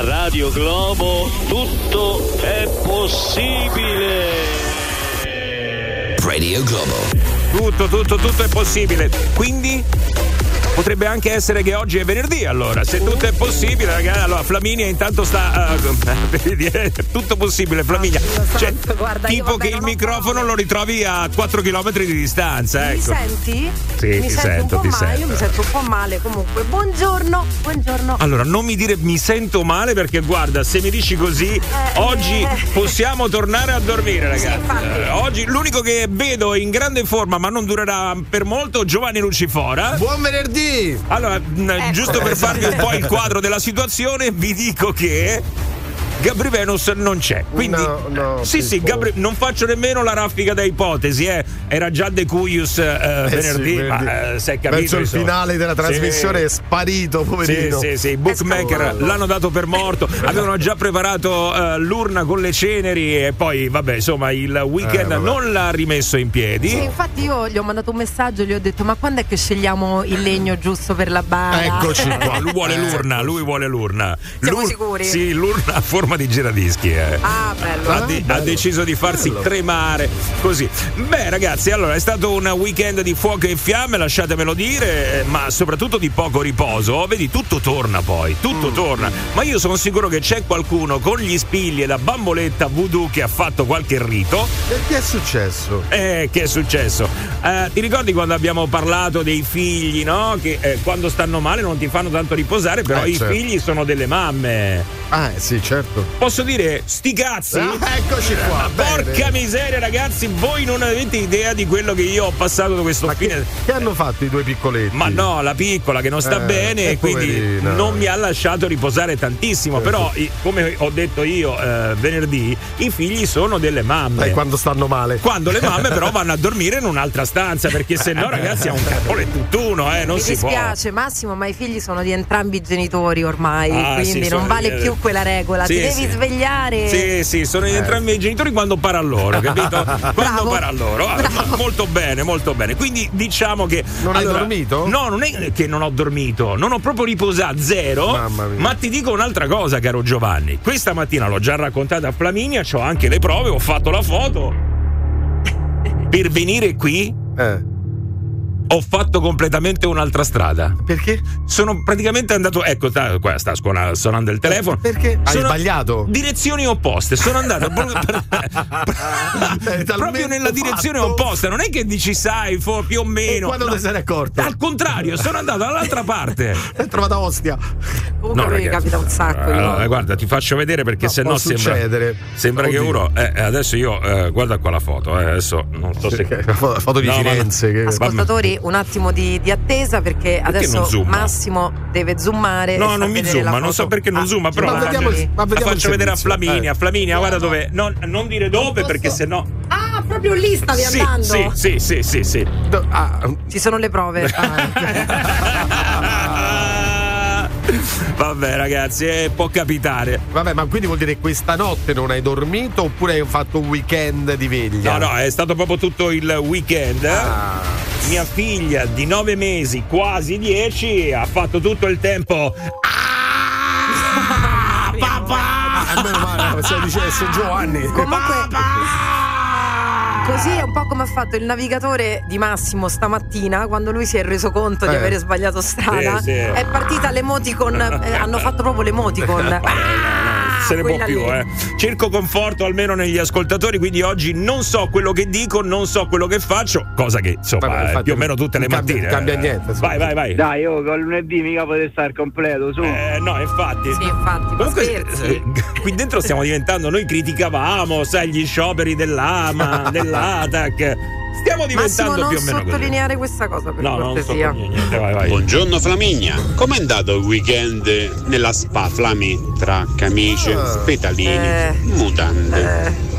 A Radio Globo tutto è possibile. Radio Globo. Tutto è possibile. Quindi potrebbe anche essere che oggi è venerdì, allora. Se tutto è possibile, ragazzi, allora Flaminia intanto sta tutto possibile, Flaminia. Cioè, guarda, tipo che il microfono lo ritrovi a 4 chilometri di distanza, ecco. Mi senti? Sì, mi ti sento sento, un po' ti male, sento. io mi sento un po' male comunque. Buongiorno. Allora, non mi dire mi sento male, perché guarda, se mi dici così, oggi possiamo tornare a dormire, ragazzi. Sì, oggi l'unico che vedo in grande forma, ma non durerà per molto, Giovanni Lucifora. Buon venerdì! Allora, giusto per farvi un po' il quadro della situazione, vi dico che Gabri Venus non c'è, quindi sì, Gabri, non faccio nemmeno la raffica da ipotesi, era già De Cuius venerdì, ma si è capito. Verso il finale della trasmissione è sparito, poverino. Sì, i bookmaker l'hanno dato per morto, avevano già preparato l'urna con le ceneri e poi vabbè, insomma, il weekend non l'ha rimesso in piedi. Sì, infatti io gli ho mandato un messaggio, gli ho detto: ma quando è che scegliamo il legno giusto per la bara? Eccoci qua. Lui vuole l'urna. Siamo sicuri? Sì, l'urna a forma di giradischi. Ah, bello. Ha deciso di farsi cremare così. Beh, ragazzi, allora è stato un weekend di fuoco e fiamme, lasciatemelo dire, ma soprattutto di poco riposo. Vedi, tutto torna poi, torna. Ma io sono sicuro che c'è qualcuno con gli spilli e la bamboletta voodoo che ha fatto qualche rito. Perché è successo? Che è successo? Ti ricordi quando abbiamo parlato dei figli, no? Che quando stanno male non ti fanno tanto riposare, però i figli sono delle mamme. Sì, certo. Posso dire sti cazzi? Eccoci qua. Porca miseria, ragazzi, voi non avete idea di quello che io ho passato da questo fine. Che hanno fatto i due piccoletti? Ma no, la piccola che non sta bene e quindi poverina. non mi ha lasciato riposare tantissimo. Però, come ho detto io venerdì, i figli sono delle mamme. Quando stanno male. Quando le mamme però vanno a dormire in un'altra stanza, perché se no, ragazzi, è un capone tutt'uno, non si può. Mi dispiace, Massimo, ma i figli sono di entrambi i genitori ormai, quindi non vale più quella regola. Ti devi svegliare. Sì, sono entrambi i genitori quando para loro, capito? Quando para loro. Molto bene. Quindi diciamo che non hai dormito? No, non è che non ho dormito, non ho proprio riposato, zero. Mamma mia. Ma ti dico un'altra cosa, caro Giovanni. Questa mattina l'ho già raccontata a Flaminia, c'ho anche le prove, ho fatto la foto. Per venire qui ho fatto completamente un'altra strada. Perché? Sono praticamente andato. Ecco, qua sta suonando il telefono. Perché? Hai sbagliato? Direzioni opposte. Sono andato proprio nella direzione opposta. Non è che dici, sai, più o meno. E quando te sei accorto? Al contrario, sono andato dall'altra parte. È trovata Ostia. Comunque mi capita un sacco. Allora, guarda, ti faccio vedere perché sennò sembra che uno. Adesso io guarda qua la foto. Adesso non so se. Foto di Firenze. Ascoltatori, un attimo di attesa perché adesso Massimo deve zoomare. No, non mi zooma, non so perché non zooma, però ma la faccio vedere a Flaminia. Flaminia, guarda dove. Non dire dove perché sennò. Ah, proprio lì stavi andando? Sì. Ci sono le prove. Vabbè, ragazzi, può capitare. Vabbè, ma quindi vuol dire che questa notte non hai dormito oppure hai fatto un weekend di veglia? No, è stato proprio tutto il weekend. Mia figlia di 9 mesi, quasi 10, ha fatto tutto il tempo. Papà! Meno male, se dicesse Giovanni. Così è un po' come ha fatto il navigatore di Massimo stamattina quando lui si è reso conto di aver sbagliato strada. Sì. È partita l'emoticon, hanno fatto proprio l'emoticon. Se ne può più, Cerco conforto almeno negli ascoltatori, quindi oggi non so quello che dico, non so quello che faccio, cosa che insomma più o meno tutte le mattine. Cambia niente. Vai. Dai, io con lunedì mica potete stare completo, su. No, infatti. Sì, infatti. Comunque, qui dentro stiamo diventando, noi criticavamo, sai, gli scioperi dell'AMA, dell'ATAC. Stiamo diventando Massimo, più o meno non sottolineare questa cosa per cortesia. Niente, vai. Buongiorno Flaminia, com'è andato il weekend nella spa Flami? Tra camicie, pedalini, mutande.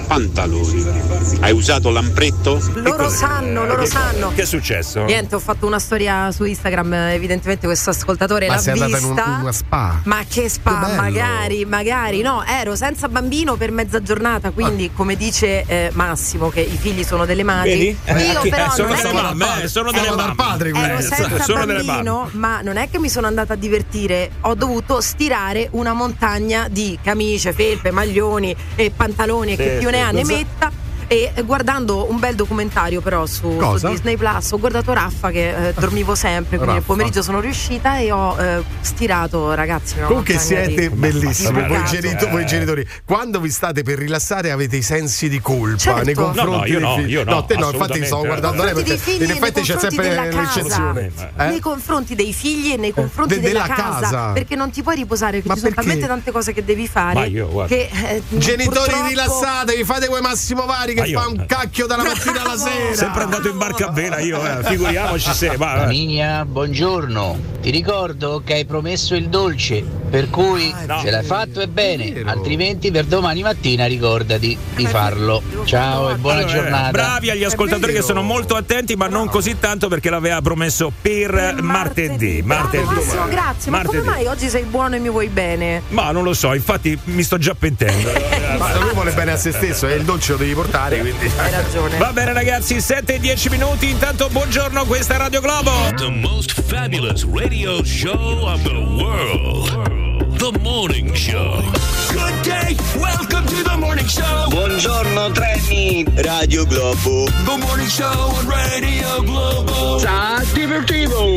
pantaloni. Hai usato l'ampretto? Loro sanno. Che è successo? Niente, ho fatto una storia su Instagram, evidentemente questo ascoltatore l'ha vista. Ma sei andata in una spa? Ma che spa? Magari, no, ero senza bambino per mezza giornata, quindi come dice Massimo che i figli sono delle madri. Vedi? Io però sono delle dal padre, ero senza bambino, ma non è che mi sono andata a divertire, ho dovuto stirare una montagna di camicie, felpe, maglioni e pantaloni e che più ne ha ne metta. E guardando un bel documentario però su Disney Plus ho guardato Raffa che dormivo sempre, quindi nel pomeriggio sono riuscita e ho stirato, ragazzi, comunque siete bellissimi voi genitori, quando vi state per rilassare avete i sensi di colpa nei confronti io no, no, infatti stavo guardando lei perché in effetti c'è sempre l'eccezione nei confronti dei figli e nei confronti della casa, perché non ti puoi riposare perché ci sono talmente tante cose che devi fare che genitori rilassatevi, fate quei Massimo Vari che fa un cacchio dalla mattina alla sera. Sempre andato in barca a vela io, figuriamoci se. Flaminia, buongiorno. Ti ricordo che hai promesso il dolce, per cui se l'hai fatto è bene, altrimenti per domani mattina ricordati di farlo. Ciao e buona giornata. Bravi agli ascoltatori che sono molto attenti, ma non così tanto perché l'aveva promesso per martedì. Massimo, grazie. Ma come mai oggi sei buono e mi vuoi bene? Ma non lo so, infatti mi sto già pentendo. Ma lui vuole bene a se stesso e il dolce lo devi portare. Quindi. Hai ragione. Va bene ragazzi, 7-10 minuti. Intanto buongiorno, questa è Radio Globo. The most fabulous radio show of the world. The Morning Show. Good day, welcome to the Morning Show. Buongiorno treni, Radio Globo. The Morning Show on Radio Globo. Ciao, divertivo.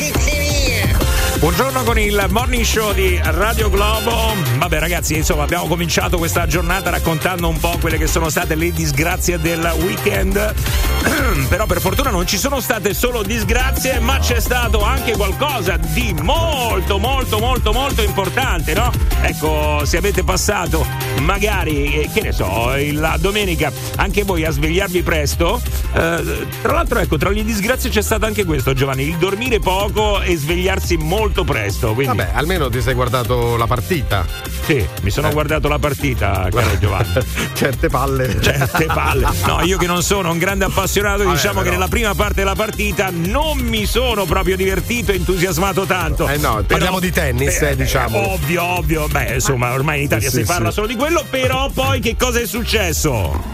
Buongiorno con il Morning Show di Radio Globo. Vabbè ragazzi, insomma abbiamo cominciato questa giornata raccontando un po' quelle che sono state le disgrazie del weekend. Però per fortuna non ci sono state solo disgrazie, ma c'è stato anche qualcosa di molto importante, no? Ecco, se avete passato magari, che ne so, la domenica anche voi a svegliarvi presto, tra l'altro ecco, tra le disgrazie c'è stato anche questo, Giovanni, il dormire poco e svegliarsi molto presto. Quindi... Vabbè, almeno ti sei guardato la partita. Sì, mi sono guardato la partita, caro Giovanni. Certe palle. No, io che non sono un grande appassionato, diciamo che nella prima parte della partita non mi sono proprio divertito e entusiasmato tanto. Parliamo di tennis, diciamo. Ovvio. Beh, insomma, ormai in Italia si parla solo di quello, però poi che cosa è successo?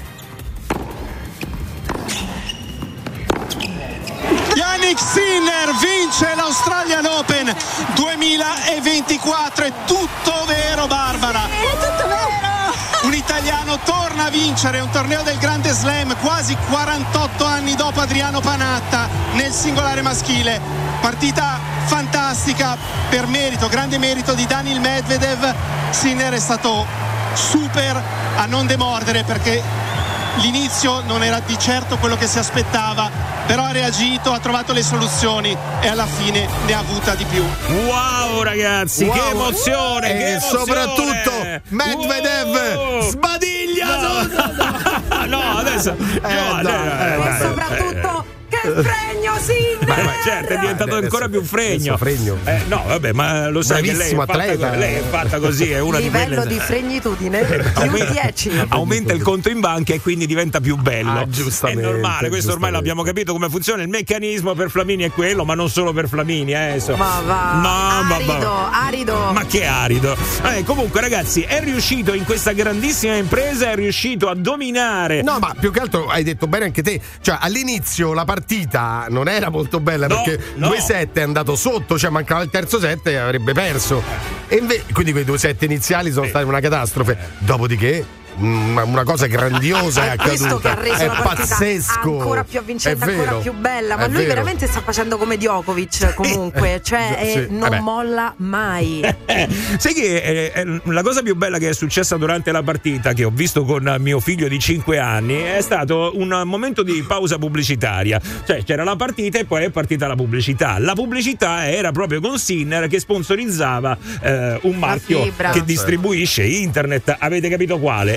Jannik Sinner vince l'Australian Open 2024, è tutto vero, Barbara? È tutto vero! Un italiano torna a vincere un torneo del Grande Slam quasi 48 anni dopo Adriano Panatta nel singolare maschile. Partita fantastica per merito, grande merito di Daniil Medvedev. Sinner è stato super a non demordere perché l'inizio non era di certo quello che si aspettava, però ha reagito, ha trovato le soluzioni e alla fine ne ha avuta di più. Wow ragazzi, che emozione! E che emozione! soprattutto Medvedev sbadiglia! No, adesso e soprattutto che fregno Sinner! Ma certo, è diventato ancora più fregno. No, vabbè, ma lo sai che lei è fatta così, è una livello di quelle... di fregnitudine più 10. Aumenta il conto in banca e quindi diventa più bello. Giustamente. È normale, questo ormai l'abbiamo capito come funziona. Il meccanismo per Flamini è quello, ma non solo per Flamini, Ma va. Arido. Ma che arido. Comunque ragazzi, è riuscito in questa grandissima impresa, è riuscito a dominare. No, ma più che altro hai detto bene anche te, cioè all'inizio la partita non era molto bella perché 2-7 è andato sotto, cioè mancava il terzo set e avrebbe perso. E quindi quei 2 set iniziali sono stati una catastrofe. Dopodiché una cosa grandiosa è accaduta, è pazzesco, ancora più avvincente, ancora più bella, ma lui veramente sta facendo come Djokovic comunque, cioè non molla mai. Sai che la cosa più bella che è successa durante la partita, che ho visto con mio figlio di 5 anni, è stato un momento di pausa pubblicitaria, cioè c'era la partita e poi è partita la pubblicità era proprio con Sinner che sponsorizzava un marchio che distribuisce internet, avete capito quale?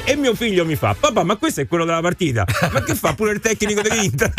E mio figlio mi fa: papà, ma questo è quello della partita? Ma che fa pure il tecnico dell'Inter?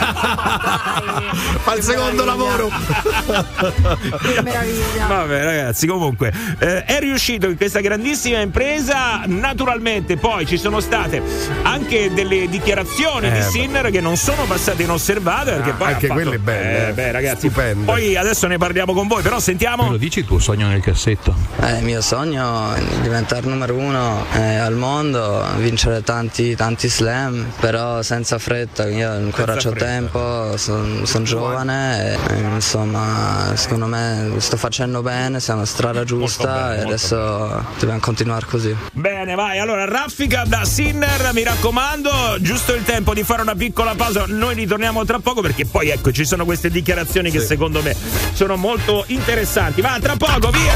Fa il secondo lavoro. Che meraviglia. Vabbè ragazzi, comunque è riuscito in questa grandissima impresa. Naturalmente poi ci sono state anche delle dichiarazioni di Sinner che non sono passate inosservate, perché poi anche quelle belle. Beh ragazzi, stupende. Poi adesso ne parliamo con voi, però sentiamo. Me lo dici il tuo sogno nel cassetto? Il mio sogno è diventare numero 1 al mondo, vincere tanti slam, però senza fretta. Io ancora ho tempo, sono giovane e, insomma, secondo me sto facendo bene, siamo strada giusta e adesso dobbiamo continuare così. Bene, vai, allora raffica da Sinner, mi raccomando, giusto il tempo di fare una piccola pausa, noi ritorniamo tra poco perché poi ecco ci sono queste dichiarazioni che secondo me sono molto interessanti. Va, tra poco, via!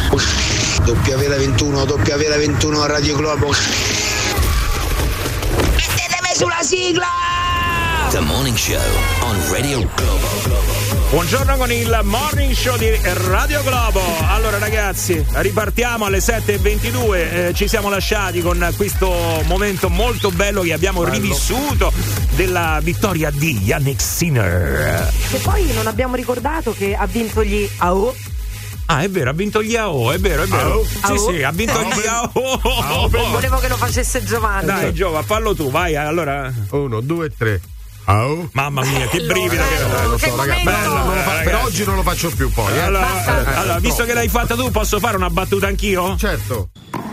W21 a Radio Globo. Mettetemi sulla sigla! The Morning Show on Radio Globo. Buongiorno con il Morning Show di Radio Globo. Allora ragazzi, ripartiamo alle 7:22. Ci siamo lasciati con questo momento molto bello che abbiamo rivissuto della vittoria di Jannik Sinner. E poi non abbiamo ricordato che ha vinto gli AO. Ah, è vero, ha vinto gli AO, è vero. Sì, ha vinto gli AO. Volevo che lo facesse Giovanni. Dai, Giova, fallo tu, vai, allora. 1, 2, 3. Oh. Mamma mia, che brivido lo so, ragazzi. Per oggi non lo faccio più poi. Allora, visto che l'hai fatta tu, posso fare una battuta anch'io? Certo.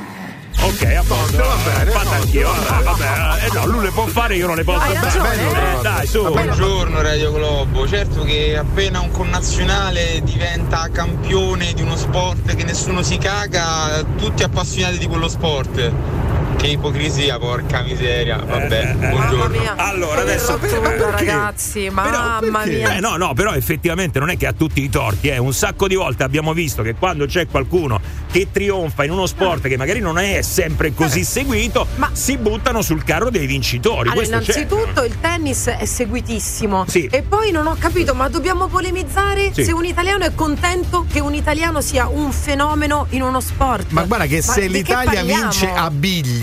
Ok, a posto. Fatta anch'io. Vabbè. No, lui le può fare, io non le posso fare. Dai, su. Buongiorno Radio Globo. Certo che appena un connazionale diventa campione di uno sport che nessuno si caga, tutti appassionati di quello sport. Che ipocrisia, porca miseria. Vabbè, buongiorno. Allora, adesso ragazzi, mamma mia. No, però effettivamente non è che ha tutti i torti, Un sacco di volte abbiamo visto che quando c'è qualcuno che trionfa in uno sport che magari non è sempre così seguito, si buttano sul carro dei vincitori. Allora, innanzitutto il tennis è seguitissimo. Sì. E poi non ho capito, ma dobbiamo polemizzare se un italiano è contento che un italiano sia un fenomeno in uno sport. Ma guarda che se l'Italia vince a biglie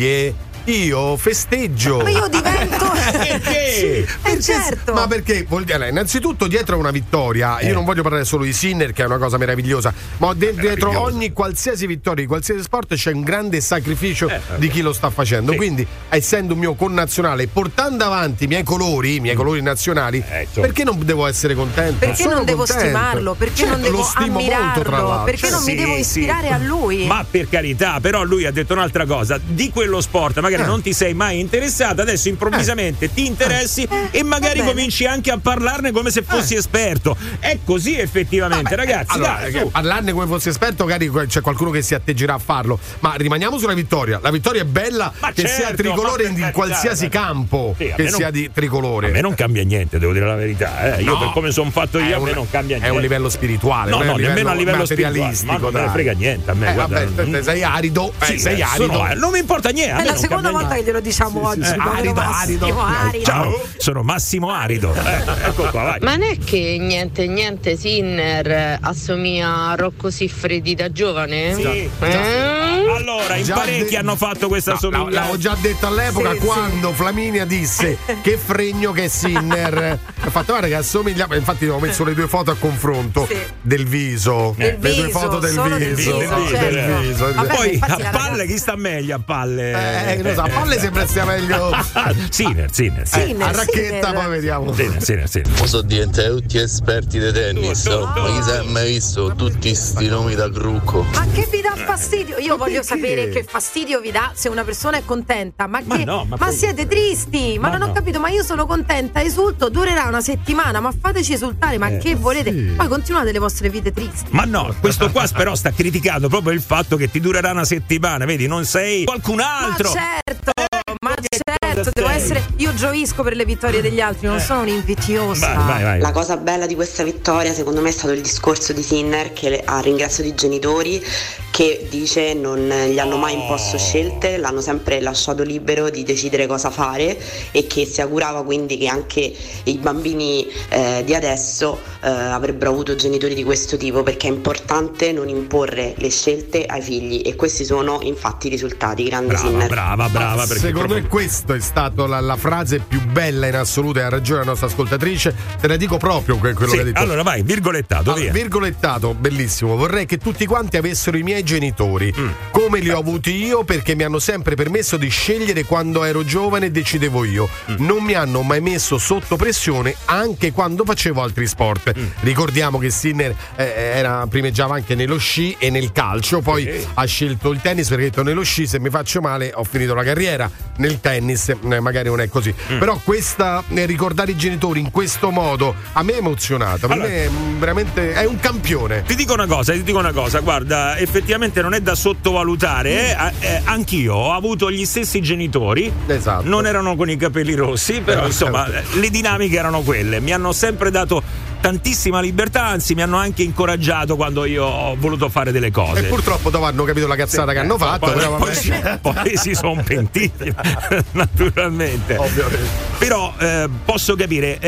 io festeggio. Ma io divento perché? Certo. Ma perché vuol dire, innanzitutto dietro a una vittoria, io non voglio parlare solo di Sinner che è una cosa meravigliosa, ma dietro ogni qualsiasi vittoria di qualsiasi sport c'è un grande sacrificio di chi lo sta facendo. Quindi, essendo un mio connazionale, portando avanti i miei colori nazionali, perché non devo essere contento? Perché non devo stimarlo? Perché non devo ammirarlo? Perché non mi devo ispirare a lui? Ma per carità, però lui ha detto un'altra cosa, di quello sport magari non ti sei mai interessata, adesso improvvisamente ti interessi e magari cominci anche a parlarne come se fossi esperto. È così effettivamente, ragazzi. Allora, parlarne come fossi esperto, magari c'è qualcuno che si atteggerà a farlo, ma rimaniamo sulla vittoria. La vittoria è bella, sia tricolore in qualsiasi campo che sia di tricolore. A me non cambia niente, devo dire la verità. Io per come sono fatto io, a me non cambia niente. È un livello spirituale, no, nemmeno a livello materialistico. Ma non me ne frega niente a me. Vabbè, sei arido. Sei arido. Non mi importa niente. È la seconda volta che glielo diciamo oggi. Arido. Ciao, sono Massimo Arido. Ecco qua, vai. Ma non è che niente Sinner assomiglia a Rocco Siffredi da giovane? Sì. Allora, in parecchi hanno fatto questa somiglianza. L'avevo già detto all'epoca quando Flaminia disse che fregno che è Sinner. Ho fatto guarda che assomiglia. Infatti ho messo le due foto a confronto del viso. Le due foto del viso. Del viso. Poi a palle chi sta meglio a palle? Non so, a palle sembra stia meglio. Sinner. A racchetta poi vediamo. Sinner. Posso diventare tutti esperti di tennis. Ma chi si è mai visto tutti sti nomi da grucco? Ma che vi dà fastidio? Io voglio sapere che fastidio vi dà se una persona è contenta. Ma siete tristi? Ma non ho capito, ma io sono contenta, esulto, durerà una settimana, ma fateci esultare, ma che volete? Poi continuate le vostre vite tristi. Ma no, questo qua però sta criticando proprio il fatto che ti durerà una settimana, vedi, non sei qualcun altro. Ma certo, devo essere. Io gioisco per le vittorie degli altri, non sono un'invidiosa. Vai. La cosa bella di questa vittoria, secondo me, è stato il discorso di Sinner che ha ringraziato i genitori che dice non gli hanno mai imposto scelte, l'hanno sempre lasciato libero di decidere cosa fare, e che si augurava quindi che anche i bambini di adesso avrebbero avuto genitori di questo tipo, perché è importante non imporre le scelte ai figli, e questi sono infatti i risultati. Grande Sinner. Brava. Secondo me questa è stata la frase più bella in assoluto, e ha ragione la nostra ascoltatrice, te la dico proprio quello che ha detto. Allora vai, virgolettato, via. Virgolettato, bellissimo. Vorrei che tutti quanti avessero i miei genitori come li ho avuti io, perché mi hanno sempre permesso di scegliere quando ero giovane e decidevo io. Non mi hanno mai messo sotto pressione anche quando facevo altri sport. Ricordiamo che Sinner primeggiava anche nello sci e nel calcio, poi ha scelto il tennis perché ha detto nello sci se mi faccio male ho finito la carriera, nel tennis magari non è così. Però questa ricordare i genitori in questo modo a me è emozionato, per me è veramente è un campione. Ti dico una cosa, guarda, effettivamente non è da sottovalutare, anch'io ho avuto gli stessi genitori, esatto. Non erano con i capelli rossi, però insomma le dinamiche erano quelle, mi hanno sempre dato tantissima libertà, anzi mi hanno anche incoraggiato quando io ho voluto fare delle cose. E purtroppo dopo hanno capito la cazzata che hanno fatto, poi si sono pentiti naturalmente. Ovviamente. Però posso capire,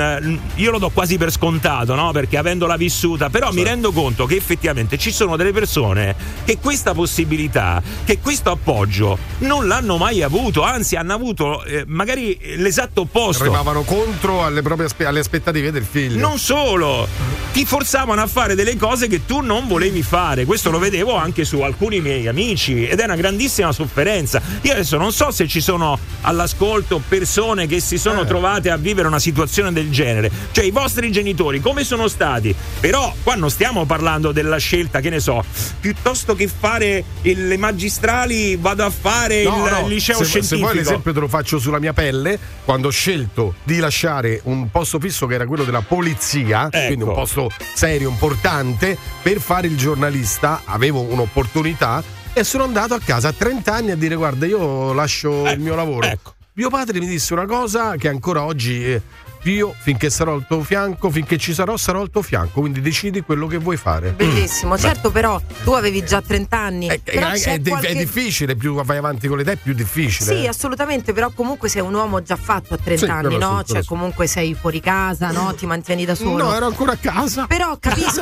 io lo do quasi per scontato, no? Perché avendola vissuta, però mi rendo conto che effettivamente ci sono delle persone che questa possibilità, che questo appoggio non l'hanno mai avuto, anzi hanno avuto magari l'esatto opposto. Remavano contro alle aspettative del figlio. Non solo, ti forzavano a fare delle cose che tu non volevi fare. Questo lo vedevo anche su alcuni miei amici ed è una grandissima sofferenza. Io adesso non so se ci sono all'ascolto persone che si sono trovate a vivere una situazione del genere, cioè i vostri genitori come sono stati. Però qua non stiamo parlando della scelta, che ne so, piuttosto che fare le magistrali vado a fare il liceo scientifico. Se vuoi l'esempio te lo faccio sulla mia pelle, quando ho scelto di lasciare un posto fisso che era quello della polizia, quindi un posto serio, importante, per fare il giornalista, avevo un'opportunità e sono andato a casa a 30 anni a dire guarda io lascio il mio lavoro. Mio padre mi disse una cosa che ancora oggi io finché sarò al tuo fianco, finché ci sarò al tuo fianco, quindi decidi quello che vuoi fare. Bellissimo. Certo, però tu avevi già 30 anni. È difficile, più vai avanti con l'età è più difficile. Sì, assolutamente, però comunque sei un uomo già fatto a 30 anni, no? Cioè comunque sei fuori casa, no? Ti mantieni da solo. No, ero ancora a casa. Però capisco.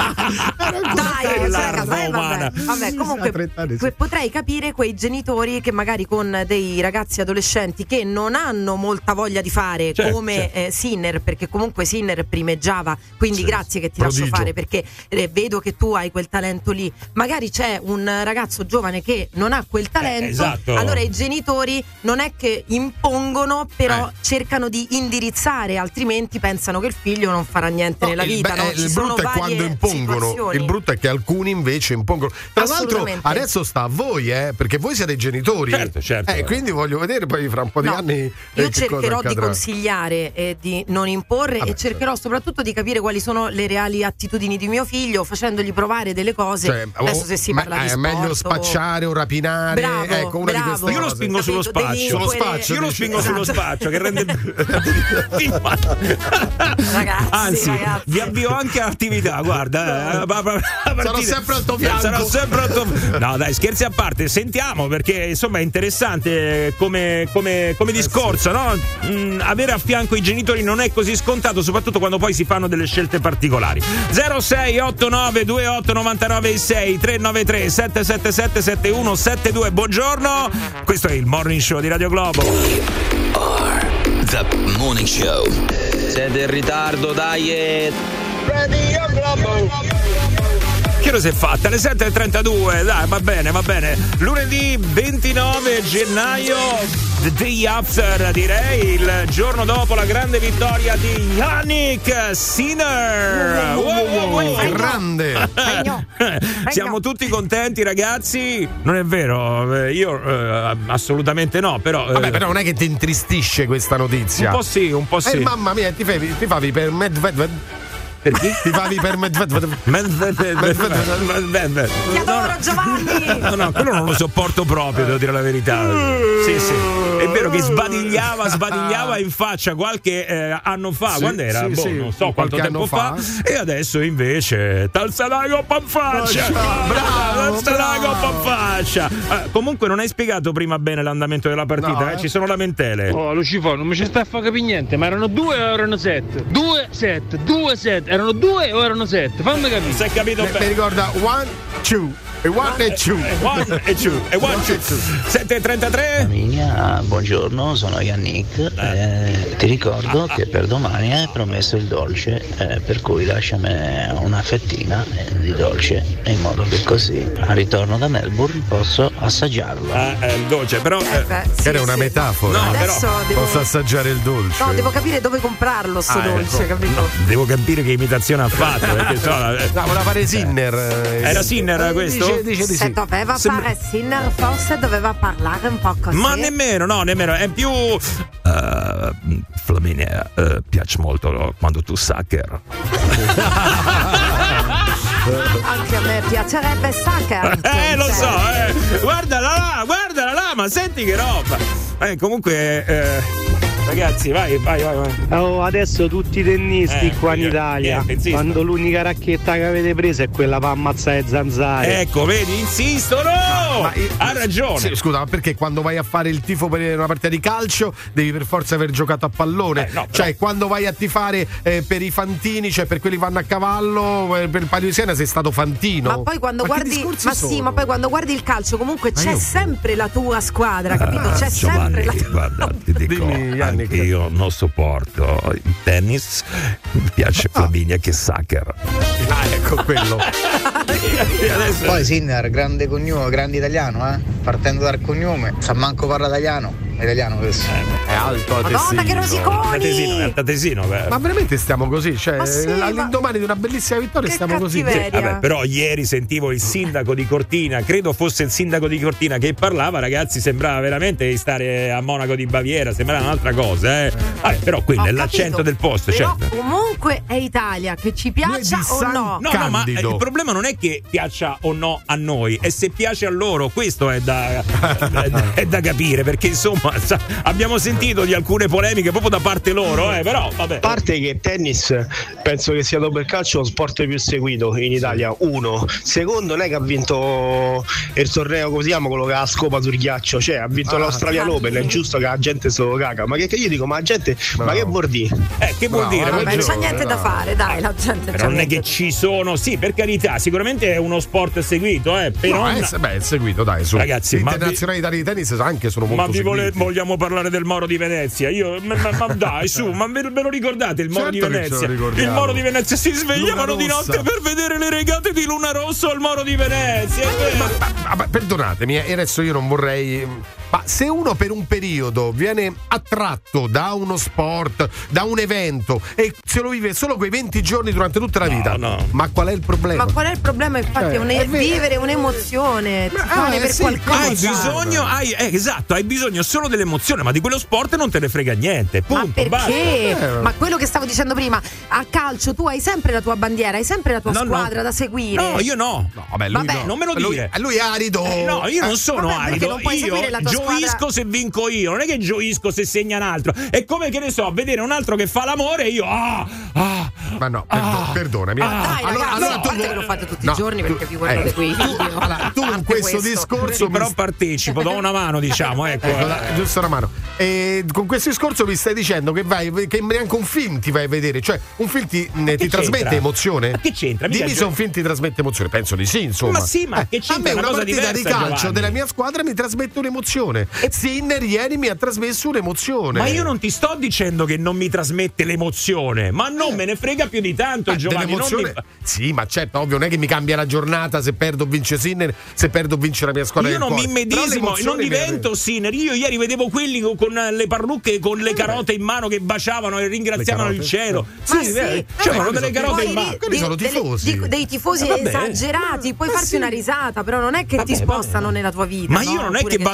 Vabbè, comunque potrei capire quei genitori che magari con dei ragazzi adolescenti che non hanno molta voglia di fare, come Sinner, perché comunque Sinner primeggiava, quindi grazie che ti lascio fare, perché vedo che tu hai quel talento lì. Magari c'è un ragazzo giovane che non ha quel talento, allora i genitori non è che impongono, però cercano di indirizzare, altrimenti pensano che il figlio non farà niente nella vita. Il brutto è quando impongono, il brutto è che alcuni invece impongono. Tra l'altro adesso sta a voi, perché voi siete genitori, certo. Quindi voglio vedere poi fra un po' di anni io cercherò di consigliare, di non imporre, e cercherò soprattutto di capire quali sono le reali attitudini di mio figlio, facendogli provare delle cose. Adesso se si parla di sport, è meglio spacciare o rapinare, una di queste io lo spingo sullo spaccio, io lo spingo sullo spaccio che rende ragazzi, vi avvio anche all'attività, guarda, sarò sempre al tuo fianco. No dai, scherzi a parte, sentiamo, perché insomma è interessante come discorso, no? Avere a fianco i genitori non è così scontato, soprattutto quando poi si fanno delle scelte particolari. 0689 28 99 6 393 777 7172. Buongiorno, questo è il Morning Show di Radio Globo. The Morning Show. Siete in ritardo, dai. Radio Globo. Che ora si è fatta? Alle 7.32, dai, va bene. Lunedì 29 gennaio, the day after, direi, il giorno dopo la grande vittoria di Yannick Sinner. Grande. Siamo tutti contenti, ragazzi? Non è vero? Io assolutamente no, però però non è che ti intristisce questa notizia. Un po' sì. Mamma mia, ti favi per Medvedev. Per chi? Tifavi per Ti adoro, Giovanni! No, quello non lo sopporto proprio, devo dire la verità. Sì. È vero che sbadigliava in faccia qualche anno fa, quando era? Non so quanto tempo fa. E adesso invece talza la coppa in faccia! Bravo! Talza la coppa in faccia! Comunque non hai spiegato prima bene l'andamento della partita, ci sono lamentele. Oh, Luciforo, non mi ci sta a far capire niente, ma erano 2 o erano 7? 2 7. Erano 2 o erano 7? Fammi capire. Se hai capito bene. Mi ricorda 1, 2. E 1 e 2. 7:33. Amica, buongiorno, sono Yannick. Ti ricordo che per domani hai promesso il dolce, per cui lasciami una fettina di dolce, in modo che così al ritorno da Melbourne posso assaggiarlo. Il dolce, però che era una metafora. No, però posso assaggiare il dolce. No, devo capire dove comprarlo sto dolce, capito? Devo capire che imitazione ha fatto, perché voleva fare Sinner. Era Sinner questo? Dice di Se sì. doveva fare Sinner, forse doveva parlare un po' così. Ma nemmeno, è più Flaminia, piace molto quando tu sucker. Anche a me piacerebbe sucker. Lo so, guardala là, ma senti che roba. Comunque ragazzi, vai. Oh, adesso tutti i tennisti qua in Italia, quando l'unica racchetta che avete preso è quella per ammazzare zanzare. Ecco, vedi, insistono! Ha ragione. Sì, scusa, ma perché quando vai a fare il tifo per una partita di calcio devi per forza aver giocato a pallone? Cioè, quando vai a tifare per i fantini, cioè per quelli che vanno a cavallo, per il Palio di Siena sei stato fantino. Ma poi quando guardi, ma poi quando guardi il calcio comunque c'è sempre la tua squadra, capito? C'è sempre la tua. Guarda, ti dico, anche io non sopporto il tennis, mi piace Flaminia che sucker. Ecco quello. Poi Sinner, grande cognome, grande italiano, partendo dal cognome, sa manco parla italiano. Italiano questo. È alto a Madonna, che rosiconi! Tesino, ma veramente stiamo così? Cioè, all'indomani di una bellissima vittoria stiamo così. Vabbè, però ieri sentivo il sindaco di Cortina, credo fosse il sindaco di Cortina che parlava, ragazzi, sembrava veramente di stare a Monaco di Baviera, sembrava un'altra cosa, Vabbè, però quello è l'accento del posto, però certo. Comunque è Italia, che ci piaccia o no. No, ma il problema non è che piaccia o no a noi, è se piace a loro, questo è da capire, perché insomma abbiamo sentito di alcune polemiche proprio da parte loro, però vabbè. A parte che tennis penso che sia dopo il calcio lo sport più seguito in Italia, uno. Secondo, non è che ha vinto il torneo, come si chiama, quello che ha la scopa sul ghiaccio, cioè ha vinto l'Australian Open, è giusto che la gente se lo caga, ma che io dico, ma la gente, ma che vuol dire? Che vuol dire? Vabbè, non c'è niente da fare, dai, la gente. Però non è che ci sono, sì, per carità, sicuramente è uno sport seguito, però è seguito, dai, su. Ragazzi, internazionalità di tennis anche sono molto seguiti. Vogliamo parlare del Moro di Venezia? Ma dai, su, ma ve lo ricordate il Moro di Venezia? Il Moro di Venezia si svegliavano di notte per vedere le regate di Luna Rossa al Moro di Venezia. Ma perdonatemi, adesso io non vorrei. Ma se uno per un periodo viene attratto da uno sport, da un evento e se lo vive solo quei 20 giorni durante tutta la vita, ma qual è il problema? Ma qual è il problema? Infatti è vivere un'emozione, per qualcosa. Hai bisogno solo dell'emozione, ma di quello sport non te ne frega niente. Punto. Ma perché? Ma quello che stavo dicendo prima, a calcio tu hai sempre la tua bandiera, hai sempre la tua squadra da seguire. No, io no. Vabbè, non me lo dire. Lui è arido. No, io non sono arido. Non puoi seguire la tua gioisco se vinco io, non è che gioisco se segna un altro. È come, che ne so, vedere un altro che fa l'amore e io ma no, perdonami. Dai, allora tu che lo fate tutti i giorni, perché vi guardate quei video. Tu in questo discorso però partecipo, do una mano, diciamo, ecco. Giusto una mano. E con questo discorso mi stai dicendo che neanche un film ti vai a vedere, cioè un film ti trasmette emozione? Ma che c'entra? Dimmi se un film ti trasmette emozione, penso di sì, insomma. Ma sì, ma che c'entra? A me una partita diversa, di calcio Giovanni, della mia squadra mi trasmette un'emozione. Sinner ieri mi ha trasmesso un'emozione. Ma io non ti sto dicendo che non mi trasmette l'emozione, ma non me ne frega più di tanto, Giovanni. Sì, ma certo, ovvio, non è che mi cambia la giornata se perdo o vince Sinner, se perdo o vince la mia squadra. Io non mi immedesimo, non divento Sinner. Io ieri vedevo quelli con le parrucche, con le carote in mano che baciavano e ringraziavano il cielo. C'erano delle carote in mano. Sono tifosi. Dei tifosi esagerati, puoi farti una risata, però non è che ti spostano nella tua vita. Ma io non è che vado lì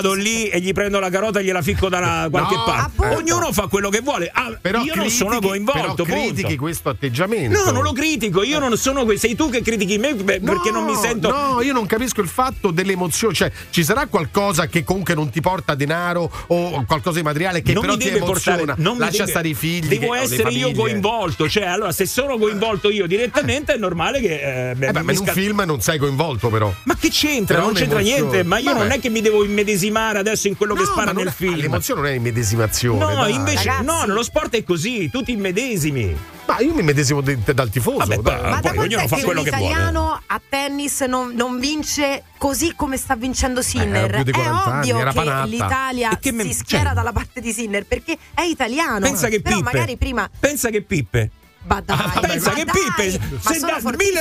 lì e gli prendo la carota e gliela ficco da qualche parte. Ognuno fa quello che vuole. Però io non sono coinvolto. Però critichi questo atteggiamento. No, non lo critico. Io non sono sei tu che critichi me perché non mi sento. No, io non capisco il fatto dell'emozione. Cioè, ci sarà qualcosa che comunque non ti porta denaro o qualcosa di materiale che non però mi ti deve emoziona? Portare, lascia stare i figli. Devo essere io coinvolto. Cioè, allora, se sono coinvolto io direttamente, è normale che. Ma in un film non sei coinvolto, però. Ma che c'entra? Non c'entra niente. Ma io non è che mi devo immedesimare adesso in quello che spara nel film. L'emozione non è immedesimazione. No, dai. invece, no, nello sport è così. Tu ti immedesimi. Ma io mi medesimo dal tifoso. Vabbè, ma poi ognuno fa quello che vuole. Un italiano a tennis non vince così come sta vincendo Sinner. Più di 40 è ovvio anni, che Panatta. l'Italia si schiera dalla parte di Sinner perché è italiano. Pensa che però Pippe. magari prima. Pensa che Pippe. Pensa che Pippe se dal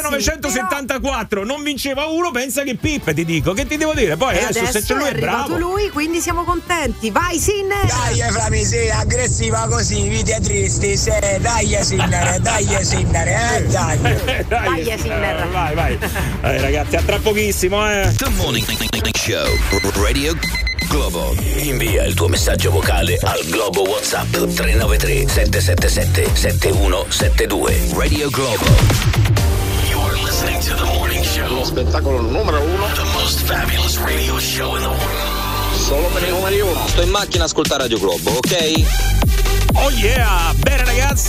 1974 non vinceva uno, pensa che Pippe, ti dico, che ti devo dire? Poi adesso se c'è lui è bravo. Lui, quindi siamo contenti. Vai Sinner! Dai Frami, sei aggressiva così, vite tristi, dai Sinner, dai Sinner, dai Sinner. Vai. Ragazzi, a tra pochissimo, The Morning Show Radio Globo. Invia il tuo messaggio vocale al Globo WhatsApp 393 777 7172. Radio Globo. You're listening to The Morning Show. Lo spettacolo numero 1. The most fabulous radio show in the world. Solo per i numeri 1. Sto in macchina a ascoltare Radio Globo, ok? Oh yeah! Bene ragazzi,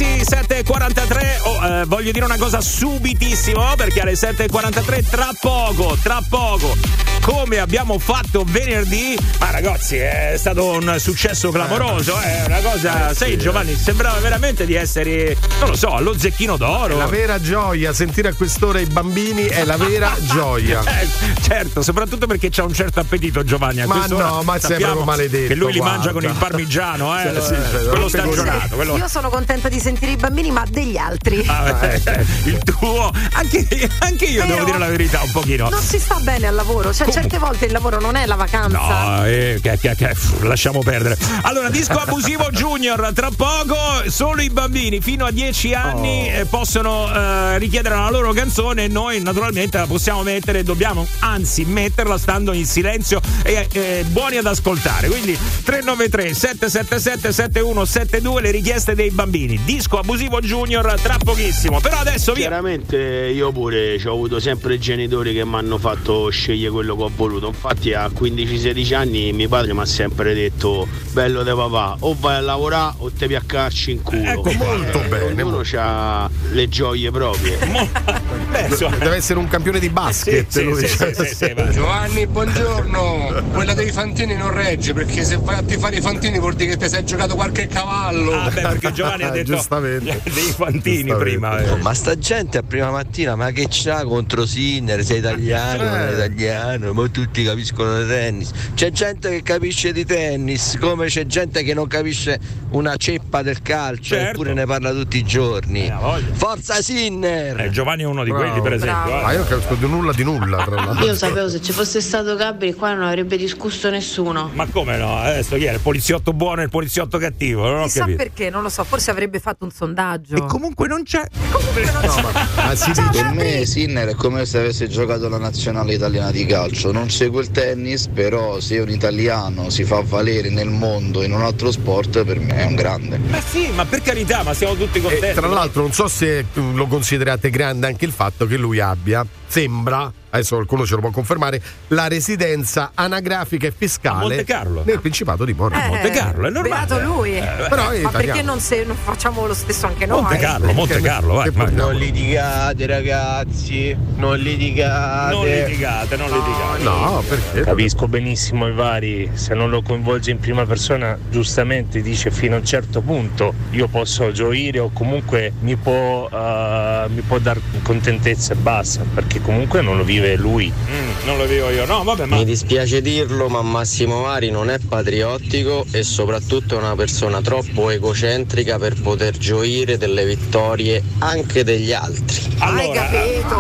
7.43. Voglio dire una cosa subitissimo perché alle 7.43 tra poco, come abbiamo fatto venerdì, ma ragazzi è stato un successo clamoroso, è una cosa, sai Giovanni, sembrava veramente di essere, non lo so, allo Zecchino d'Oro. È la vera gioia, sentire a quest'ora i bambini è la vera gioia. Certo, soprattutto perché c'ha un certo appetito Giovanni a quest'ora. No, ma sei proprio maledetto. Che lui li mangia con il parmigiano, quello stagionato. Io sono contenta di sentire i bambini, ma degli altri. Il tuo, anche io devo dire la verità un pochino. Non si sta bene al lavoro, cioè certe volte il lavoro non è la vacanza. No, lasciamo perdere. Allora, disco abusivo Junior, tra poco solo i bambini fino a 10 anni possono richiedere la loro canzone e noi naturalmente la possiamo mettere, dobbiamo anzi metterla stando in silenzio e buoni ad ascoltare. Quindi 393 777 7172 le richieste dei bambini. Disco abusivo Junior tra pochissimo. Però adesso via. Chiaramente io pure ho avuto sempre genitori che mi hanno fatto scegliere quello che ho voluto. Infatti a 15-16 anni mio padre mi ha sempre detto: bello de papà, o vai a lavorare o te piaccarci in culo. Ecco, molto bene. Ognuno ha le gioie proprie. Deve essere un campione di basket. Sì, Giovanni, buongiorno. Quella dei fantini non regge, perché se vai a tifare i fantini vuol dire che ti sei giocato qualche cavallo. Perché Giovanni ha detto giustamente dei fantini prima. Ma sta gente a prima mattina, ma che c'ha contro Sinner? Sei italiano, non è italiano, ma tutti capiscono di tennis. C'è gente che capisce di tennis, come c'è gente che non capisce una ceppa del calcio, eppure ne parla tutti i giorni. Forza Sinner! Giovanni è uno di quelli, per esempio. Ma io non capisco di nulla, tra l'altro. Io sapevo, se ci fosse stato Gabri qua non avrebbe discusso nessuno. Ma come no? Adesso chi è? Il poliziotto buono e il poliziotto cattivo? Non ho Chissà capito. perché, non lo so, forse avrebbe fatto un sondaggio. E comunque non c'è. Per me Sinner è come se avesse giocato la nazionale italiana di calcio. Non segue il tennis, però se un italiano si fa valere nel mondo in un altro sport, per me è un grande. Ma sì, ma per carità, ma siamo tutti contenti. Tra l'altro non so se lo considerate grande anche il fatto che lui abbia, sembra, adesso qualcuno ce lo può confermare, la residenza anagrafica e fiscale a Monte Carlo, nel Principato di Monaco. Monte Carlo è normale. Beato lui. Però ma perché non facciamo lo stesso anche noi? Monte Carlo, vai. Non litigate ragazzi, non litigate. No, perché? Capisco benissimo i vari, se non lo coinvolge in prima persona giustamente dice fino a un certo punto io posso gioire o comunque mi può dar contentezza e basta, perché comunque non lo vive lui. Non lo vivo io, no, vabbè, ma mi dispiace dirlo, ma Massimo Mari non è patriottico e soprattutto è una persona troppo egocentrica per poter gioire delle vittorie anche degli altri. Hai capito?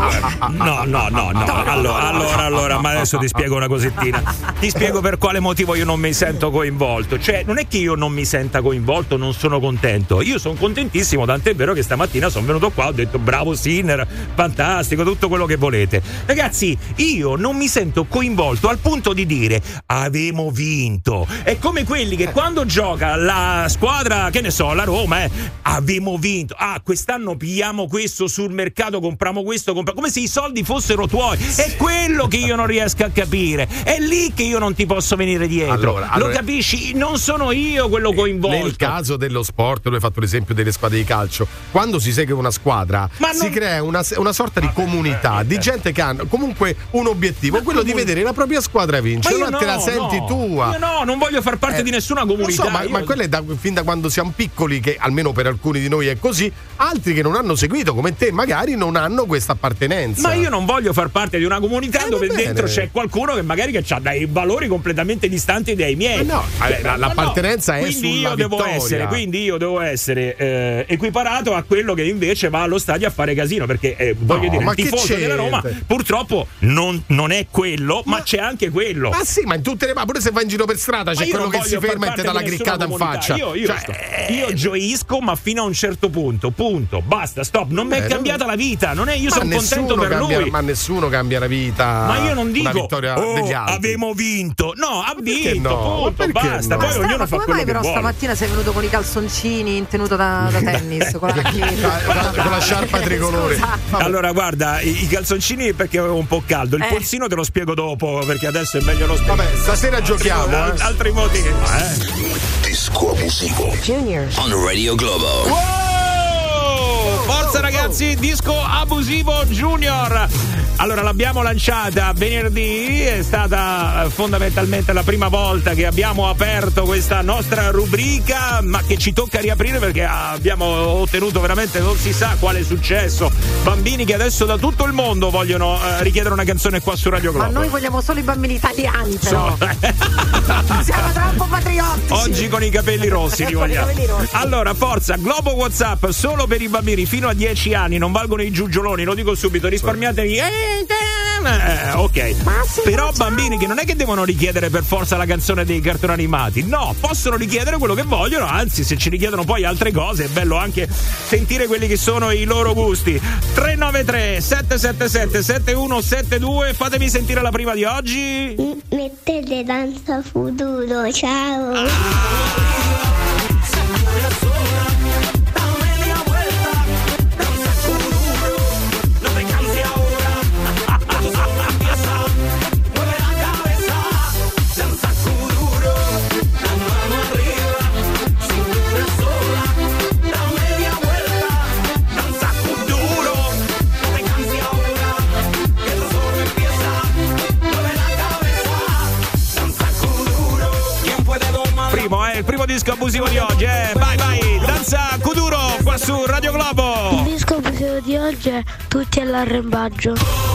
Allora, ma adesso ti spiego una cosettina. Ti spiego per quale motivo io non mi sento coinvolto. Cioè, non è che io non mi senta coinvolto, non sono contento. Io sono contentissimo, tant'è vero che stamattina sono venuto qua, ho detto bravo Sinner, fantastico, tutto quello che vuoi. volete. Ragazzi, io non mi sento coinvolto al punto di dire avevamo vinto. È come quelli che quando gioca la squadra, che ne so, la Roma, abbiamo vinto. Quest'anno pigliamo questo sul mercato, compriamo questo, come se i soldi fossero tuoi. È quello che io non riesco a capire. È lì che io non ti posso venire dietro. Allora, lo capisci? Non sono io quello coinvolto. Nel caso dello sport, lui ha fatto l'esempio delle squadre di calcio. Quando si segue una squadra, si crea una sorta di comunità di gente che ha comunque un obiettivo, quello di vedere la propria squadra vincere. Non te la senti tua. Io non voglio far parte di nessuna comunità. So, ma quello è fin da quando siamo piccoli, che almeno per alcuni di noi è così. Altri che non hanno seguito come te magari non hanno questa appartenenza. Ma io non voglio far parte di una comunità dove dentro c'è qualcuno che magari ha dei valori completamente distanti dai miei. L'appartenenza è sulla vittoria. Quindi io devo essere equiparato a quello che invece va allo stadio a fare casino, perché voglio dire, il tifoso della Roma purtroppo non è quello, ma c'è anche quello. Ma sì, ma in tutte le pure se vai in giro per strada c'è quello che si ferma e ti dà la griccata in faccia. Io gioisco, ma fino a un certo punto, basta, stop. Non mi è cambiata la vita, io sono contento per lui. Ma nessuno cambia la vita. Ma io non dico vittoria degli altri. Abbiamo vinto. No, ha vinto, punto, basta. Poi ognuno fa quello che però vuole. Stamattina sei venuto con i calzoncini in tenuta da tennis con la sciarpa tricolore. Allora guarda, i calzoncini perché avevo un po' caldo, il polsino te lo spiego dopo, perché adesso è meglio lo spiego. Vabbè, stasera giochiamo. Altri motivi. Disco abusivo Junior on Radio Globo. Forza ragazzi, disco abusivo Junior. Allora l'abbiamo lanciata venerdì, è stata fondamentalmente la prima volta che abbiamo aperto questa nostra rubrica, ma che ci tocca riaprire perché abbiamo ottenuto veramente non si sa quale successo. Bambini che adesso da tutto il mondo vogliono richiedere una canzone qua su Radio Globo. Ma noi vogliamo solo i bambini italiani, però. Siamo troppo patriottici. Oggi con i capelli rossi li vogliamo. Allora, forza, Globo WhatsApp solo per i bambini fino a 10 anni, non valgono i giugioloni, lo dico subito, risparmiatevi. Ok, però bambini che non è che devono richiedere per forza la canzone dei cartoni animati, no, possono richiedere quello che vogliono, anzi se ci richiedono poi altre cose è bello anche sentire quelli che sono i loro gusti. 393 777 7172, fatemi sentire la prima di oggi. Mettete danza futuro, ciao. Il primo disco abusivo di oggi, vai, danza Kuduro qua su Radio Globo. Il disco abusivo di oggi è Tutti all'arrembaggio.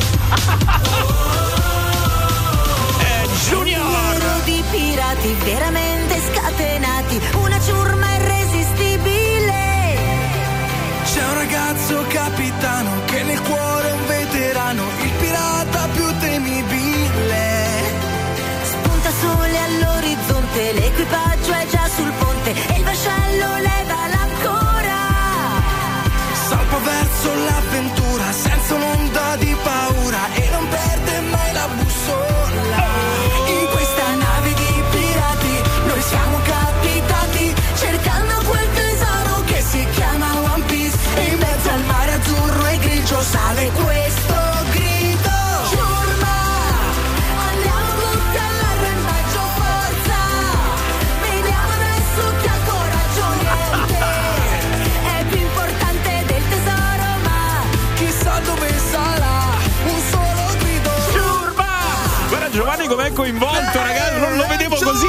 Junior di pirati veramente scatenati, una ciurma irresistibile. C'è un ragazzo capitano che nel cuore è un veterano, il pirata più temibile. Spunta sole all'orizzonte, l'equipaggio è già sul ponte e il vascello leva l'ancora. Salpa verso l'avventura senza un'onda di paura e non perde mai la bussola. In questa nave di pirati noi siamo capitati, cercando quel tesoro che si chiama One Piece. E in mezzo al mare azzurro e grigio sale questo grido. Ciurma, andiamo tutti all'arrembaggio, forza. Vediamo adesso chi ha coraggio, niente è più importante del tesoro, ma chissà dove sarà un solo grido. Ciurma! Guarda Giovanni com'è coinvolto, ragazzi, non lo vedevo così.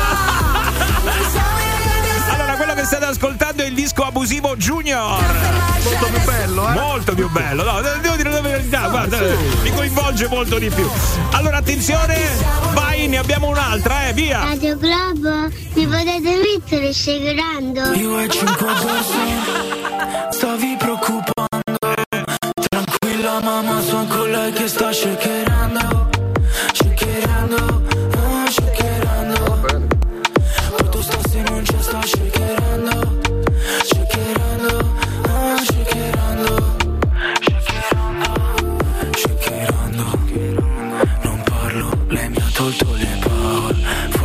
Allora, quello che state ascoltando è il disco abusivo Junior. Molto più bello, Molto più bello, no, devo dire la verità, guarda, mi coinvolge molto di più. Allora, attenzione, vai, ne abbiamo un'altra, via. Radio Globo, mi potete mettere shakerando? Io e 5 persone stavi preoccupando. Tranquilla mamma, sono con lei che sta shakerando. Shakerando. Poi tu stassi non ci sta shakerando. Shakerando.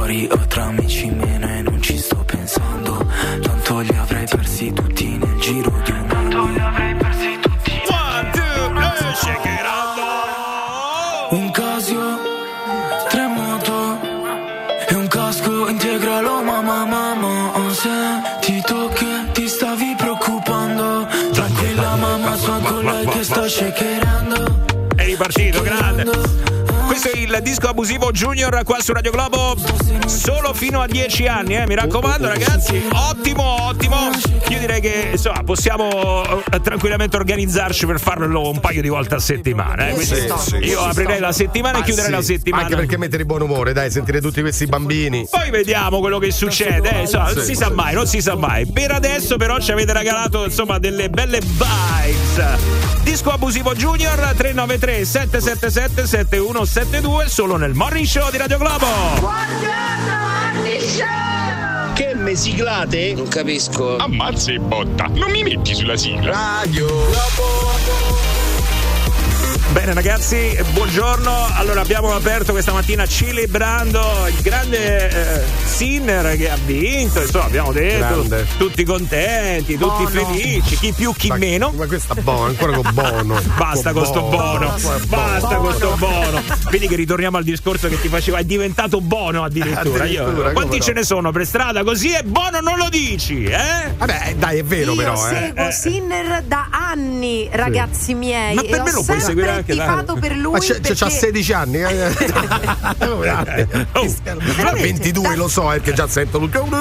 fuori ho tra amici meno e non ci sto pensando. Tanto li avrei persi tutti nel giro di un anno. Tanto li avrei persi tutti. One, two, shake it up. Un Casio, tre moto e un casco integralo, mamma. Ho sentito che ti stavi preoccupando. Tranquilla mamma, sono con lei che sta shakerando. È ripartito, grande. Questo è il disco abusivo Junior qua su Radio Globo, solo fino a 10 anni, mi raccomando ragazzi, ottimo. Io direi che insomma possiamo tranquillamente organizzarci per farlo un paio di volte a settimana. Io aprirei la settimana e chiuderei la settimana. Anche perché mette di buon umore, dai, sentire tutti questi bambini. Poi vediamo quello che succede, non si sa mai. Per adesso però ci avete regalato insomma delle belle vibes. Disco abusivo Junior 393 777 7172 solo nel Morning Show di Radio Globo. Che me siglate? Non capisco. Ammazza e botta. Non mi metti sulla sigla. Radio Globo. Bene ragazzi, buongiorno. Allora abbiamo aperto questa mattina celebrando il grande Sinner che ha vinto, insomma abbiamo detto tutti contenti, tutti felici, chi più chi meno. Ma questo è buono, ancora con Bono. Basta con sto Bono. Basta con sto Bono. Vedi che ritorniamo al discorso che ti faceva, è diventato Bono addirittura. Quanti ce ne sono per strada così e Bono non lo dici, Vabbè, dai, è vero. Io però. seguo Sinner da anni, ragazzi miei. Ma per me lo puoi seguire anche tifato per lui. Ma c'ha 16 anni. 22 lo so, che già sento Luca. Ma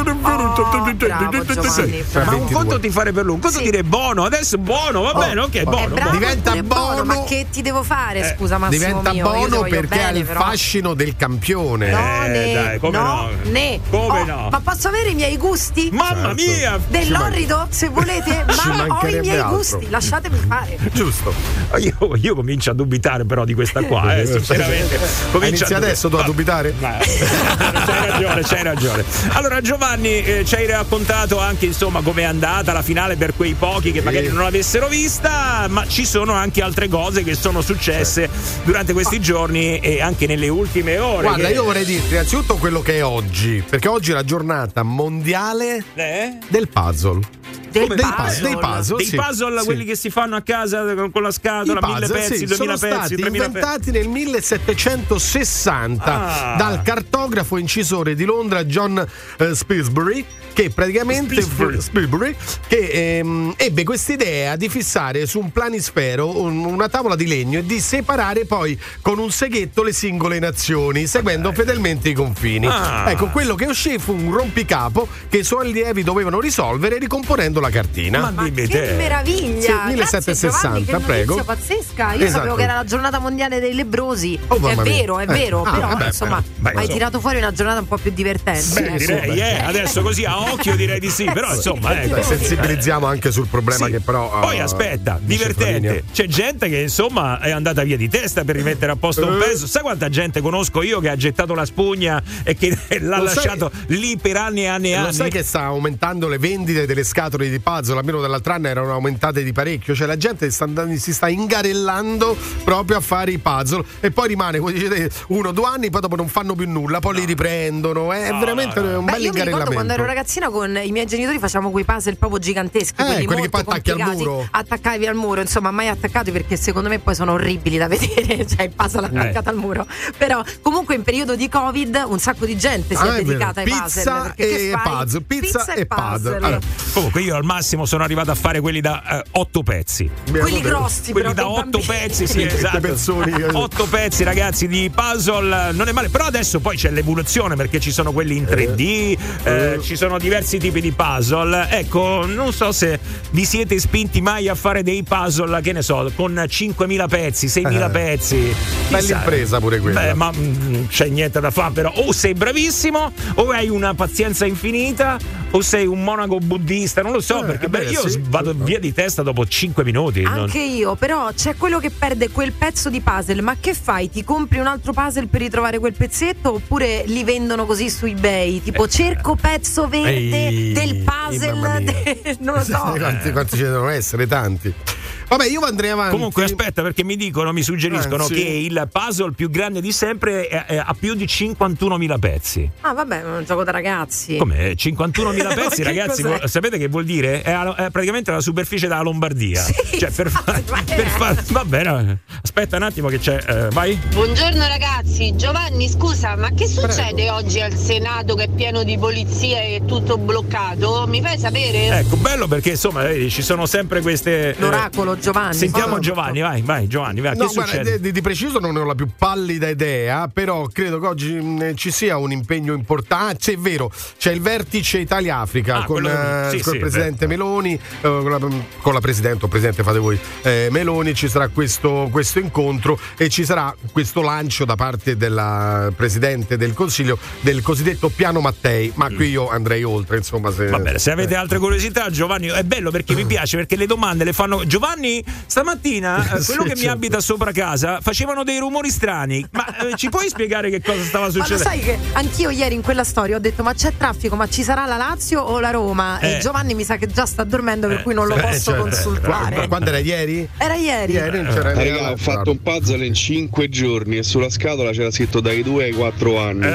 un conto ti fare per lui, un conto dire Bono, adesso Bono, va bene, ok, Bono. Diventa Bono. Ma che ti devo fare, scusa Massimo diventa mio, Bono perché ha il però. fascino del campione. Dai, come no? Come no? Ma posso avere i miei gusti? Mamma mia! Dell'orrido, se volete, ma ho i miei gusti, lasciatemi fare. Giusto. Io comincio a dubitare però di questa qua, sinceramente. Inizi adesso tu a dubitare? C'hai ragione. Allora Giovanni ci hai raccontato anche insomma com'è andata la finale per quei pochi che magari non l'avessero vista, ma ci sono anche altre cose che sono successe durante questi giorni e anche nelle ultime ore. Guarda, io vorrei dirti innanzitutto quello che è oggi, perché oggi è la giornata mondiale del puzzle. Dei puzzle, quelli che si fanno a casa con la scatola, 1000 pezzi, 2000 pezzi, 3000 pezzi. Sono stati inventati nel 1760 dal cartografo incisore di Londra John Spilsbury, che praticamente ebbe quest'idea di fissare su un planisfero una tavola di legno e di separare poi con un seghetto le singole nazioni, seguendo fedelmente i confini. Ecco, quello che uscì fu un rompicapo che i suoi allievi dovevano risolvere ricomponendo la cartina. Ma che meraviglia! 1760, Giovanni, prego. Pazzesca. Io sapevo che era la giornata mondiale dei lebbrosi. È vero, però insomma hai tirato fuori una giornata un po' più divertente. Direi, adesso così a occhio direi di sì, però insomma sensibilizziamo anche sul problema che però poi aspetta, divertente, c'è gente che insomma è andata via di testa per rimettere a posto un pezzo. Sai quanta gente conosco io che ha gettato la spugna e che l'ha lasciato lì per anni e anni e anni? Lo sai che sta aumentando le vendite delle scatole di puzzle, almeno dall'altro anno erano aumentate di parecchio, cioè la gente si sta ingarellando proprio a fare i puzzle e poi rimane, come dicete, 1 o 2 anni, poi dopo non fanno più nulla, poi li riprendono, è veramente un bel io mi ricordo ingarellamento. Quando ero ragazzina con i miei genitori facciamo quei puzzle proprio giganteschi, quelli che poi attacchi al muro, attaccavi al muro, insomma mai attaccati, perché secondo me poi sono orribili da vedere, cioè il puzzle attaccato al muro, però comunque in periodo di Covid un sacco di gente si è dedicata ai puzzle, pizza e puzzle. Allora, comunque io al massimo sono arrivato a fare quelli da 8 pezzi, quelli grossi, quelli da 8 pezzi, esatto. 8 pezzi ragazzi di puzzle, non è male, però adesso poi c'è l'evoluzione perché ci sono quelli in 3D, ci sono diversi tipi di puzzle. Ecco, non so se vi siete spinti mai a fare dei puzzle, che ne so, con 5.000 pezzi, 6.000 pezzi. Bella impresa pure quella. Ma c'è niente da fare, però o sei bravissimo o hai una pazienza infinita o sei un monaco buddista, non lo so, perché io vado via di testa dopo 5 minuti. Anche io, però c'è quello che perde quel pezzo di puzzle, ma che fai? Ti compri un altro puzzle per ritrovare quel pezzetto oppure li vendono così su eBay? Tipo cerco pezzo verde del puzzle, non lo so. Quanti ce ne devono essere? Tanti. Vabbè, io andrei avanti. Comunque aspetta, perché mi suggeriscono sì. che il puzzle più grande di sempre ha più di 51.000 pezzi. Ah, vabbè, è un gioco da ragazzi. Come? 51.000 pezzi, ragazzi, sapete che vuol dire? È praticamente la superficie della Lombardia. Sì, cioè, per fare. Va bene, aspetta un attimo che c'è. Vai. Buongiorno ragazzi, Giovanni scusa, ma che succede oggi al Senato che è pieno di polizia e tutto bloccato? Mi fai sapere? Ecco, bello perché insomma ci sono sempre queste. L'oracolo Giovanni. Sentiamo Giovanni, vai Giovanni, vai. No, che guarda, succede? di preciso non ne ho la più pallida idea, però credo che oggi ci sia un impegno importante. Sì, è vero, c'è il vertice Italia-Africa con il presidente Meloni, con la presidente o presidente fate voi Meloni, ci sarà questo incontro e ci sarà questo lancio da parte della Presidente del Consiglio del cosiddetto piano Mattei, ma qui io andrei oltre, insomma. Va bene, se avete altre curiosità, Giovanni, è bello perché mi piace, perché le domande le fanno. Giovanni, stamattina quello che mi abita sopra casa facevano dei rumori strani, ma ci puoi spiegare che cosa stava succedendo? Ma lo sai che anch'io ieri in quella storia ho detto ma c'è traffico, ma ci sarà la Lazio o la Roma? E Giovanni mi sa che già sta dormendo, per cui non lo posso consultare. Quando era ieri? Era ieri. Non c'era Raga, ho fatto un puzzle in 5 giorni e sulla scatola c'era scritto dai 2 ai 4 anni.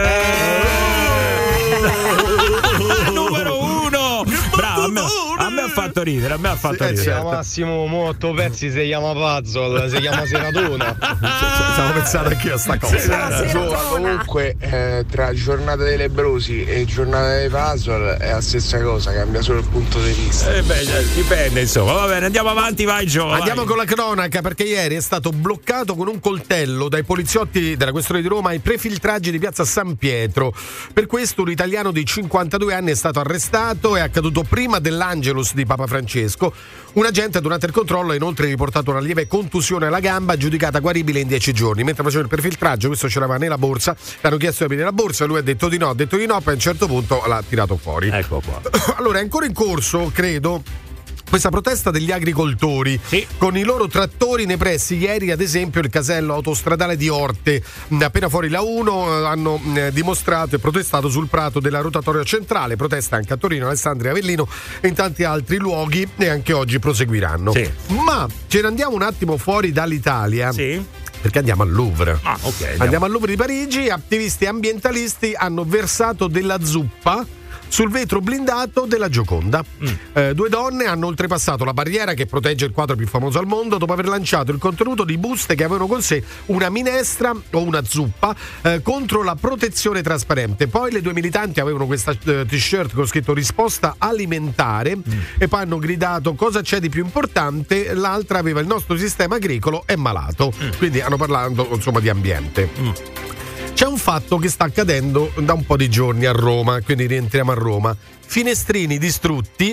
Numero 1! Bravo, a me ha fatto ridere, Certo. Massimo molto pezzi si chiama puzzle, si chiama seratona. Stavo pensando anche a sta cosa. Comunque tra giornata dei lebrosi e giornata dei puzzle è la stessa cosa, cambia solo il punto di vista. Dipende, insomma. Va bene, andiamo avanti, vai Gio. Andiamo con la cronaca, perché ieri è stato bloccato con un coltello dai poliziotti della Questura di Roma ai prefiltraggi di piazza San Pietro. Per questo un italiano di 52 anni è stato arrestato, è accaduto prima dell'Angelus di Papa Francesco. Un agente durante il controllo ha inoltre riportato una lieve contusione alla gamba, giudicata guaribile in 10 giorni. Mentre faceva il prefiltraggio, questo c'era nella borsa, gli hanno chiesto di aprire la borsa, lui ha detto di no, poi a un certo punto l'ha tirato fuori. Ecco qua. Allora è ancora in corso, credo, questa protesta degli agricoltori con i loro trattori nei pressi. Ieri ad esempio il casello autostradale di Orte, appena fuori la 1, hanno dimostrato e protestato sul prato della rotatoria centrale. Protesta anche a Torino, Alessandria, Avellino e in tanti altri luoghi, e anche oggi proseguiranno. Ma ce ne andiamo un attimo fuori dall'Italia. Perché andiamo al Louvre. Andiamo al Louvre di Parigi. Attivisti ambientalisti hanno versato della zuppa sul vetro blindato della Gioconda. 2 donne hanno oltrepassato la barriera che protegge il quadro più famoso al mondo dopo aver lanciato il contenuto di buste che avevano con sé una minestra o una zuppa contro la protezione trasparente. Poi le 2 militanti avevano questa t-shirt con scritto risposta alimentare e poi hanno gridato cosa c'è di più importante. L'altra aveva il nostro sistema agricolo è malato. Quindi hanno parlato insomma di ambiente. C'è un fatto che sta accadendo da un po' di giorni a Roma, quindi rientriamo a Roma. Finestrini distrutti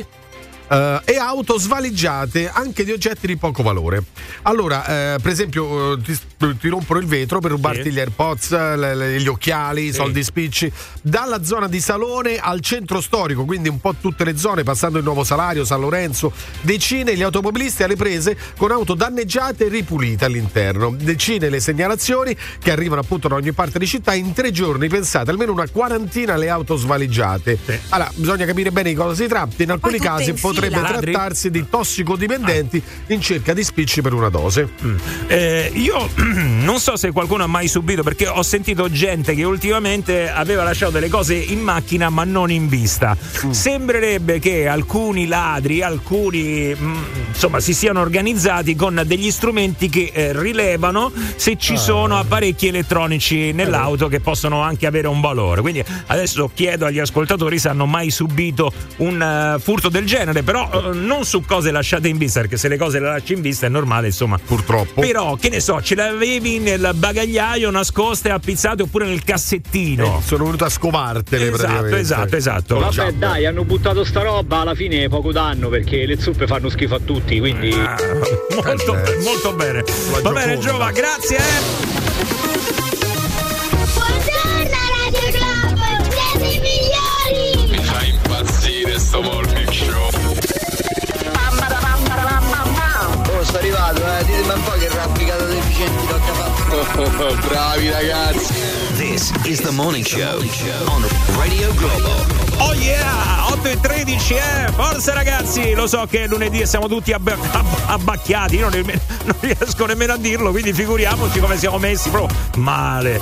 e auto svaligiate anche di oggetti di poco valore. Allora, per esempio, ti rompono il vetro per rubarti gli AirPods, gli occhiali, i soldi spicci. Dalla zona di Salone al centro storico, quindi un po' tutte le zone, passando il Nuovo Salario, San Lorenzo, decine gli automobilisti alle prese con auto danneggiate e ripulite all'interno. Decine le segnalazioni che arrivano appunto da ogni parte di città. In 3 giorni, pensate, almeno una quarantina le auto svaligiate. Allora, bisogna capire bene di cosa si tratta. In alcuni casi potrebbe trattarsi di tossicodipendenti in cerca di spicci per una dose. Io non so se qualcuno ha mai subito, perché ho sentito gente che ultimamente aveva lasciato delle cose in macchina ma non in vista. Sembrerebbe che alcuni ladri, insomma, si siano organizzati con degli strumenti che rilevano se ci sono apparecchi elettronici nell'auto che possono anche avere un valore. Quindi adesso chiedo agli ascoltatori se hanno mai subito un furto del genere, però non su cose lasciate in vista, perché se le cose le lasci in vista è normale, insomma, purtroppo. Però che ne so, ce l'avevi nel bagagliaio nascoste, appizzate, oppure nel cassettino. Sono venuto a scovartele. Esatto. Vabbè, dai, hanno buttato sta roba, alla fine poco danno, perché le zuppe fanno schifo a tutti, quindi molto bene. Va bene, Giova, grazie. Buongiorno Radio Globo, siete i migliori. Mi fa impazzire sto morning show. Sto arrivato, ditemi un po' che rapplicata deficienti tocca fare. Bravi ragazzi. This is the morning show on Radio Globo. Oh yeah, 8:13, Forza ragazzi, lo so che è lunedì e siamo tutti abbacchiati, io non riesco nemmeno a dirlo, quindi figuriamoci come siamo messi, proprio male.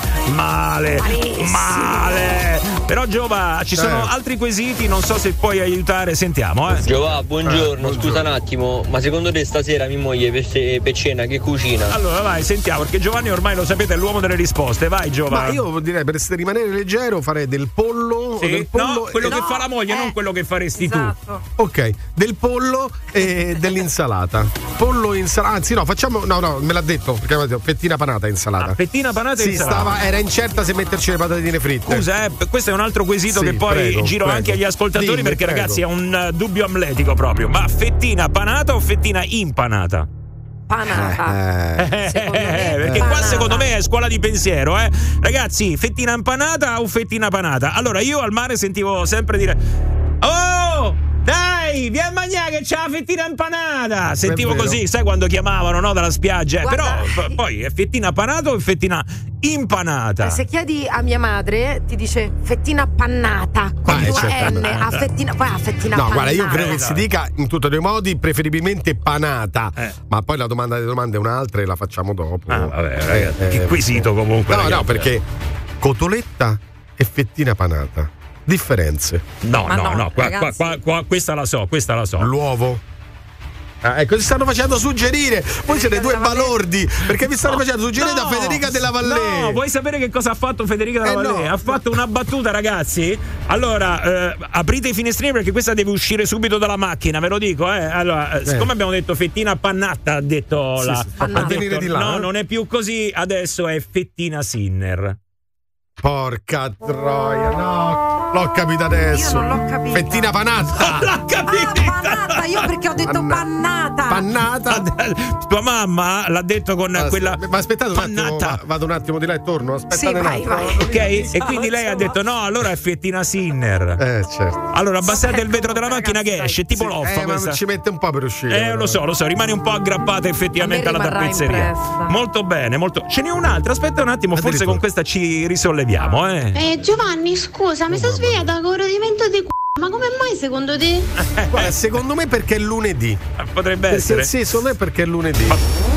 Però Giova, ci sono altri quesiti, non so se puoi aiutare, sentiamo. Giova, buongiorno, scusa un attimo, ma secondo te stasera mia moglie per cena che cucina? Allora vai, sentiamo, perché Giovanni ormai lo sapete è l'uomo delle risposte, vai Giova. Ma io direi, per rimanere leggero, farei del pollo. Sì? Del pollo, no, quello che fa la moglie, non quello che faresti tu. Ok, del pollo e dell'insalata. Pollo, insalata, anzi no, facciamo, no, me l'ha detto, perché mi ha detto fettina panata e insalata. Fettina panata e insalata. Era incerta se metterci le patatine fritte. Scusa, questo è un altro quesito che poi giro anche agli ascoltatori, perché ragazzi è un dubbio amletico proprio. Ma fettina panata o fettina impanata? Panata. Perché qua secondo me è scuola di pensiero, ragazzi, fettina impanata o fettina panata? Allora io al mare sentivo sempre dire: oh, dai, vieni a mangiare che c'è la fettina impanata. Sentivo così, sai quando chiamavano, no, dalla spiaggia. Guarda, però poi è fettina panata o fettina impanata? Se chiedi a mia madre ti dice fettina pannata con a fettina, poi a fettina no, pannata. Guarda, io credo che si dica in tutti e due i modi, preferibilmente panata, ma poi la domanda delle domande è un'altra e la facciamo dopo. Vabbè, ragazzi, che quesito comunque. No, perché cotoletta e fettina panata, differenze. No, qua questa la so. L'uovo. Ecco, si stanno facendo suggerire. Voi siete due balordi, perché vi stanno facendo suggerire da Federica Della Vallée. No, vuoi sapere che cosa ha fatto Federica Della Vallée? Ha fatto una battuta, ragazzi. Allora, aprite i finestrini perché questa deve uscire subito dalla macchina, ve lo dico. Allora, siccome abbiamo detto fettina pannata, ha detto di là. No, non è più così, adesso è fettina Sinner. Porca troia, no, l'ho capito adesso. Io non l'ho capito. Fettina panata. L'ho capito. Panata, io perché ho detto pannata. Tua mamma l'ha detto con quella. Ma aspettate un attimo, vado un attimo di là e torno. Aspettate un attimo. Vai. Ok? E quindi lei ha detto no, allora è fettina Sinner. Certo. Allora abbassate il vetro della macchina che esce, tipo l'offa. Ma ci mette un po' per uscire. Lo so, rimane un po' aggrappata effettivamente alla tappezzeria. Molto bene, molto. Ce n'è un'altra, aspetta un attimo, forse con questa ci risolleviamo. Giovanni, scusa, mi sono svegliata con un rodimento di ma come mai secondo te? Guarda, secondo me perché è lunedì. Potrebbe essere. Sì, secondo me perché è lunedì.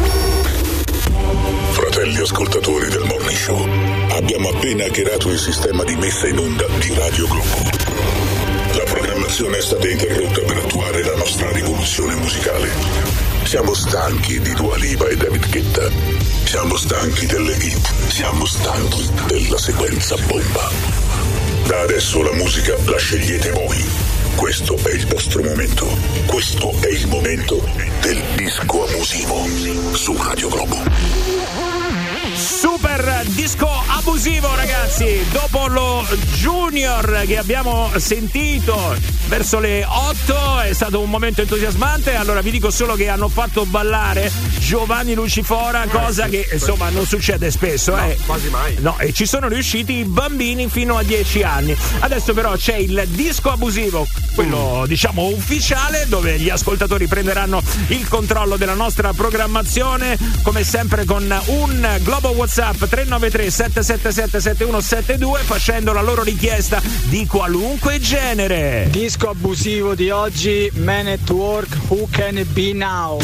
Fratelli ascoltatori del Morning Show, abbiamo appena hackerato il sistema di messa in onda di Radio Globo. La programmazione è stata interrotta per attuare la nostra rivoluzione musicale. Siamo stanchi di Dua Lipa e David Guetta. Siamo stanchi delle hit. Siamo stanchi della sequenza bomba. Da adesso la musica la scegliete voi. Questo è il vostro momento. Questo è il momento del disco abusivo su Radio Globo. Super disco abusivo, ragazzi. Dopo lo Junior che abbiamo sentito verso le 8 è stato un momento entusiasmante. Allora vi dico solo che hanno fatto ballare Giovanni Lucifora, cosa che insomma non succede spesso. Quasi mai. No, e ci sono riusciti i bambini fino a 10 anni. Adesso però c'è il disco abusivo, quello diciamo ufficiale, dove gli ascoltatori prenderanno il controllo della nostra programmazione, come sempre con un Globo WhatsApp 393 777 7172, facendo la loro richiesta di qualunque genere. Disco abusivo di oggi, Man at Work, Who Can It Be Now?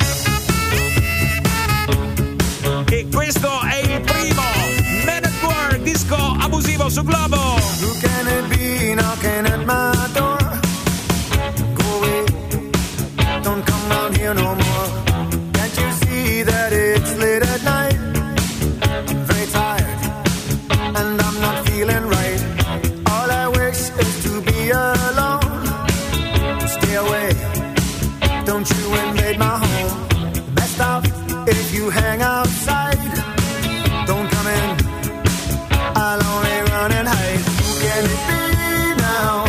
E questo è il primo Man at Work, disco abusivo su Globo. Who can it be knocking at my door? Go away, don't come round here no more. Can't you see that it's late at night? I'm very tired and I'm not feeling right. All I wish is to be alone. Stay away, don't you invade my home. Best off if you hang outside. Don't come in, I'll only run and hide. Who can it be now?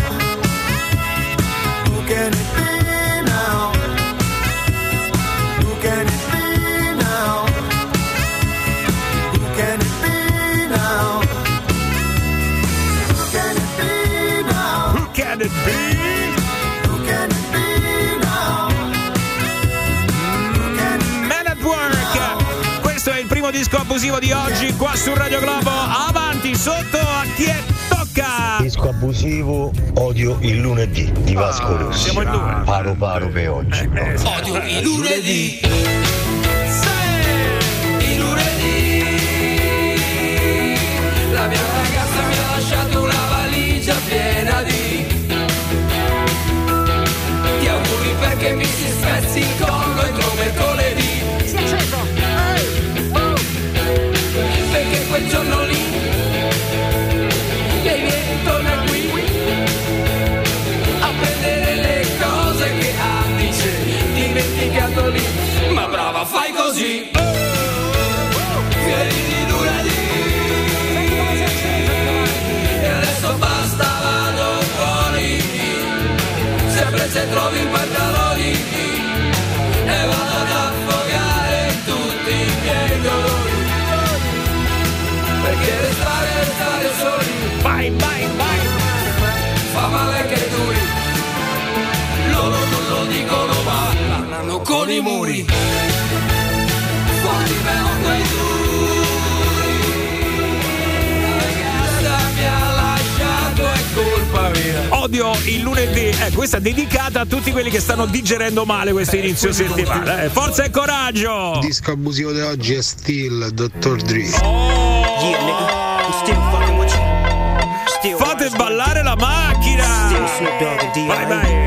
Who can it be now? Who can it be now? Who can it be now? Who can it be now? Who can it be? Who can it be now? Who can it be? Man at Work. Questo è il primo disco abusivo di oggi qua su Radio Globo. Avanti, sotto, a chi è? Tocca! Disco abusivo, odio il lunedì di Vasco Rossi. Siamo in due. Paro per oggi. Odio i lunedì. I lunedì. La mia ragazza mi ha lasciato una valigia piena di auguri perché mi si spezzi il collo entro mercoledì. Si è acceso. Perché quel giorno lì lei viene torna qui a prendere le cose che ha, dice, dimenticato lì. Ma brava, fai così. Vieni di lunedì. E adesso basta, vado fuori. Sempre se trovi i pantaloni e vado ad affogare tutti i miei dolori. Perché restare soli, vai, fa male che duri. Loro non lo dicono ma parlano con i muri. Fuori me non quei duri. La ragazza mi ha lasciato, è colpa mia. Odio il lunedì. Questa è dedicata a tutti quelli che stanno digerendo male questo inizio settimana. Forza e coraggio. Il disco abusivo di oggi è Still, Dr. Dre. Fate ballare la macchina. Vai, vai.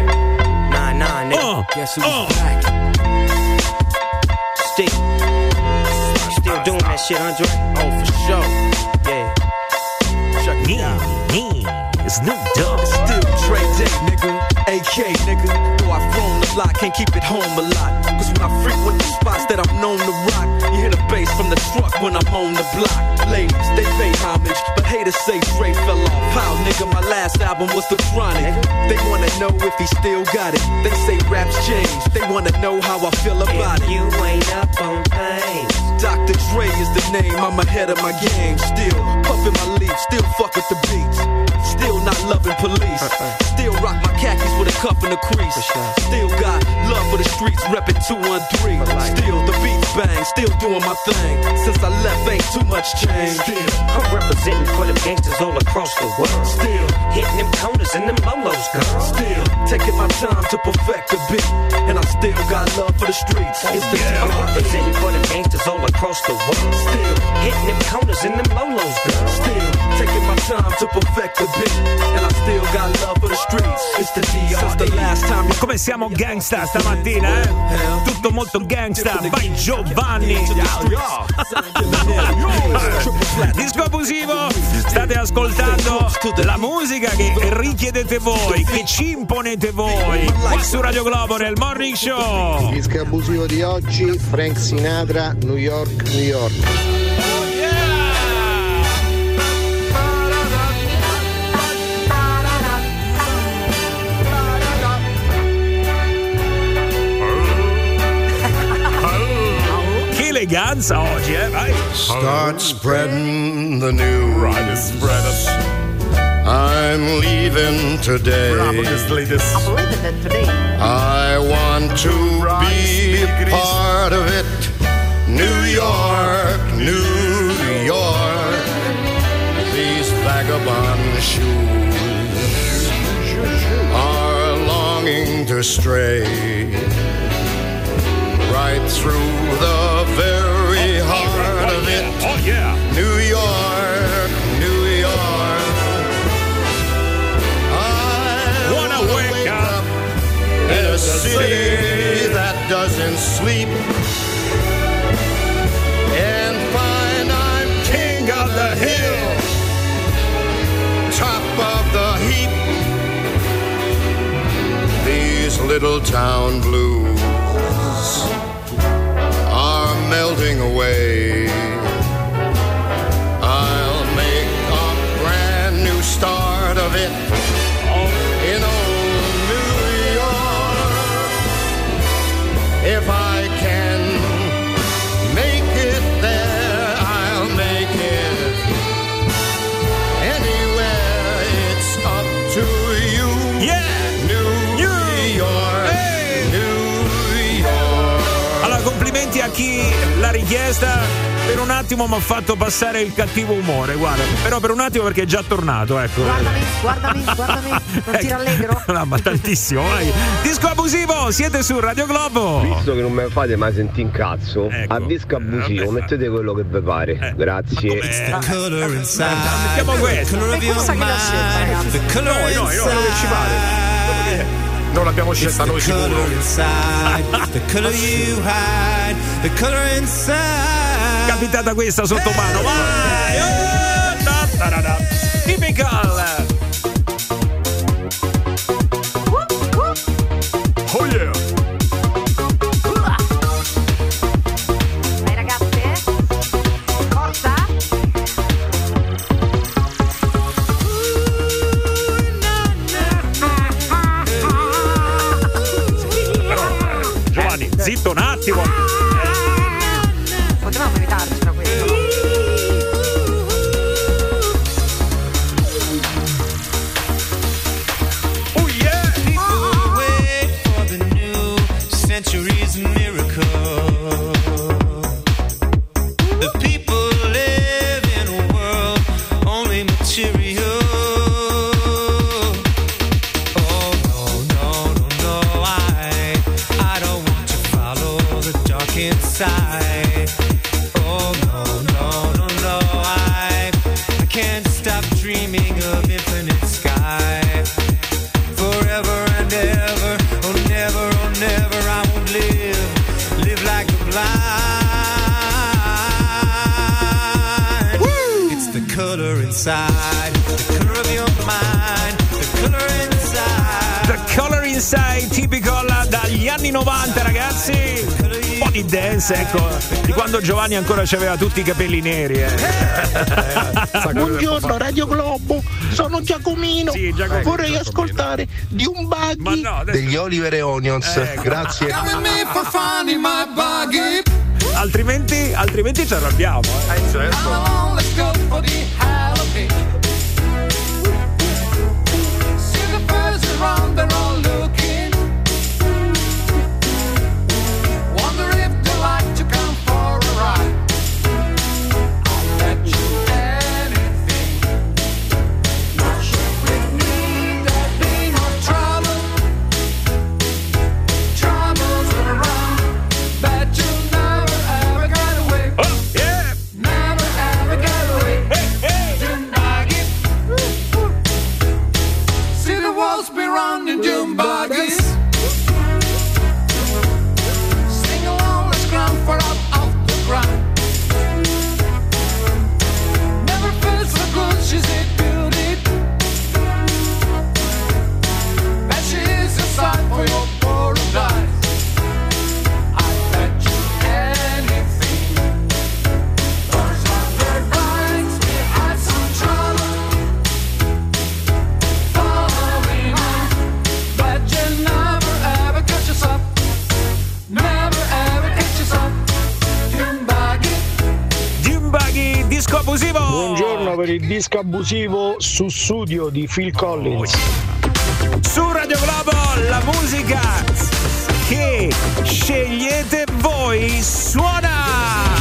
Still doing that shit, Andre? Oh, for sure. Yeah. Check it out. Snoop Dogg. Still Dre Day, nigga. AK, nigga. Though I've grown a lot, can't keep it home a lot. Cause when I frequent the spots that I'm known to rock, you hear the bass from the truck when I'm on the block. Ladies, they pay homage, but haters say Dre fell off. How, nigga, my last album was The Chronic. They wanna know if he still got it. They say raps change, they wanna know how I feel about it. You ain't up on things. Dr. Dre is the name, I'm ahead of my game. Still puffin' my leaf, still fuck with the beats. Still not loving police. Still rock my khakis with a cuff and a crease. Still got love for the streets, reppin' 213. Still the beats bang, still doing my thing. Since I left, ain't too much change. Still, I'm representing for them gangsters all across the world. Still hitting them corners and them lolos, girl. Still taking my time to perfect the beat, and I still got love for the streets. It's the I'm representing for them gangsters all across the world. Still hitting them corners and them lolos, girl. Still taking my time to perfect the beat, and I still got love for the streets. It's the DR. Since the last time. Ma come siamo gangsta stamattina, eh? Tutto molto gangsta. Vai Giovanni. Disco abusivo. State ascoltando la musica che richiedete voi, che ci imponete voi. Qua su Radio Globo nel Morning Show. Disco abusivo di oggi, Frank Sinatra, New York, New York. Eleganza oggi, vai. Start spreading the news. Right, spread us. I'm leaving today. I'm leaving today. I want to be part of it. New York, New York. These vagabond shoes are longing to stray right through the very heart of it. Oh yeah. New York, New York. I wanna wake up in a city that doesn't sleep and find I'm king of the hill, top of the heap. These little town blues are melting away. I'll make a brand new start of it in old New York. If I can make it there, I'll make it anywhere. It's up to you. Yeah. New York. Hey. New York. Allora, complimenti a chi l'ha richiesta. Per un attimo mi ha fatto passare il cattivo umore, guarda. Però per un attimo perché è già tornato, ecco. Guardami. Non ti rallegro? No, ma tantissimo, vai. Disco abusivo, siete su Radio Globo. Visto che non me fate mai sentire in cazzo, a disco abusivo mettete quello che vi pare. Grazie. Mettiamo questo. E cosa che l'ha scelta, ragazzi? No, quello che ci pare. Non l'abbiamo scelta noi sicuro. Capitata questa sotto mano, vai! Typical! Oh yeah! Vai ragazze? Forza! Giovanni, zitto un attimo! Potevamo evitarcela questo, no? Oh yeah! Wait for the new century's miracle. The people live in a world only material. Oh no, I don't want to follow the dark inside. Oh no, I can't stop dreaming of infinite sky. Forever and ever, oh never, I won't live like a blind. Woo! It's the color inside, the color of your mind, the color inside. The Color Inside, Typical dagli anni 90, ragazzi. Un po' di dance, ecco, di quando Giovanni ancora aveva tutti i capelli neri. Buongiorno Radio Globo, sono Giacomino. Sì, Giacomino. Vorrei ascoltare di un buggy Degli Oliver e Onions. Grazie. Altrimenti ci arrabbiamo. Certo. Around, they're all looking. Wonder if they like to come for a ride. I'll bet you anything. Not sure with me there'd be no trouble. Trouble's around. Bet you'll never ever get away. Oh, yeah. Never ever get away. See the walls be running June buggies. Sing along, let's ground for up off the ground. Never felt so good, she's a beauty. Bet she is a sign for your paradise. I bet you anything. Those other rides, we had some trouble. Disco abusivo. Buongiorno per il disco abusivo su Studio di Phil Collins. Su Radio Globo la musica che scegliete voi suona.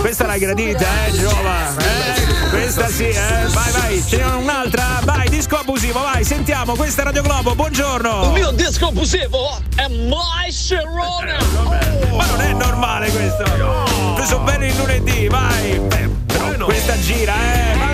Questa l'hai gradita, Giova? Questa sì, vai, ce n'è un'altra, vai, disco abusivo, vai, sentiamo, questa è Radio Globo, buongiorno. Il mio disco abusivo è My Sharona. Ma non è normale questo. Preso bene il lunedì, vai. Però questa gira, vai.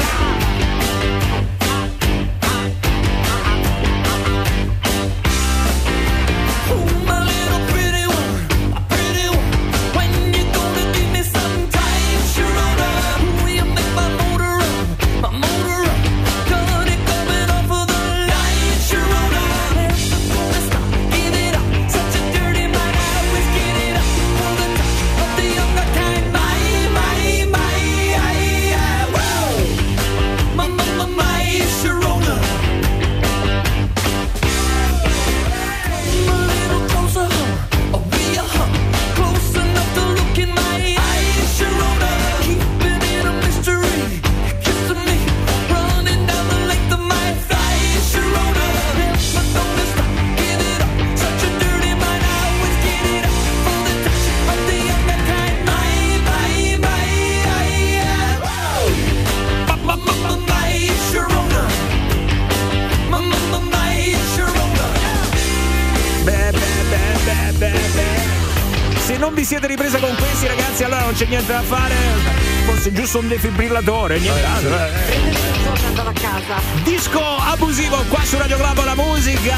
Se non vi siete ripresa con questi, ragazzi, allora non c'è niente da fare. Forse giusto un defibrillatore, nient'altro. Andavo a casa. Disco abusivo qua su Radio Globo, la musica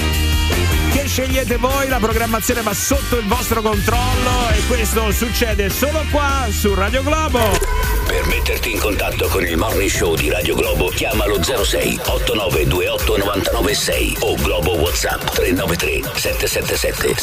che scegliete voi, la programmazione va sotto il vostro controllo e questo succede solo qua su Radio Globo. Per metterti in contatto con il Morning Show di Radio Globo, chiamalo 06 8928 996 o Globo WhatsApp 393 777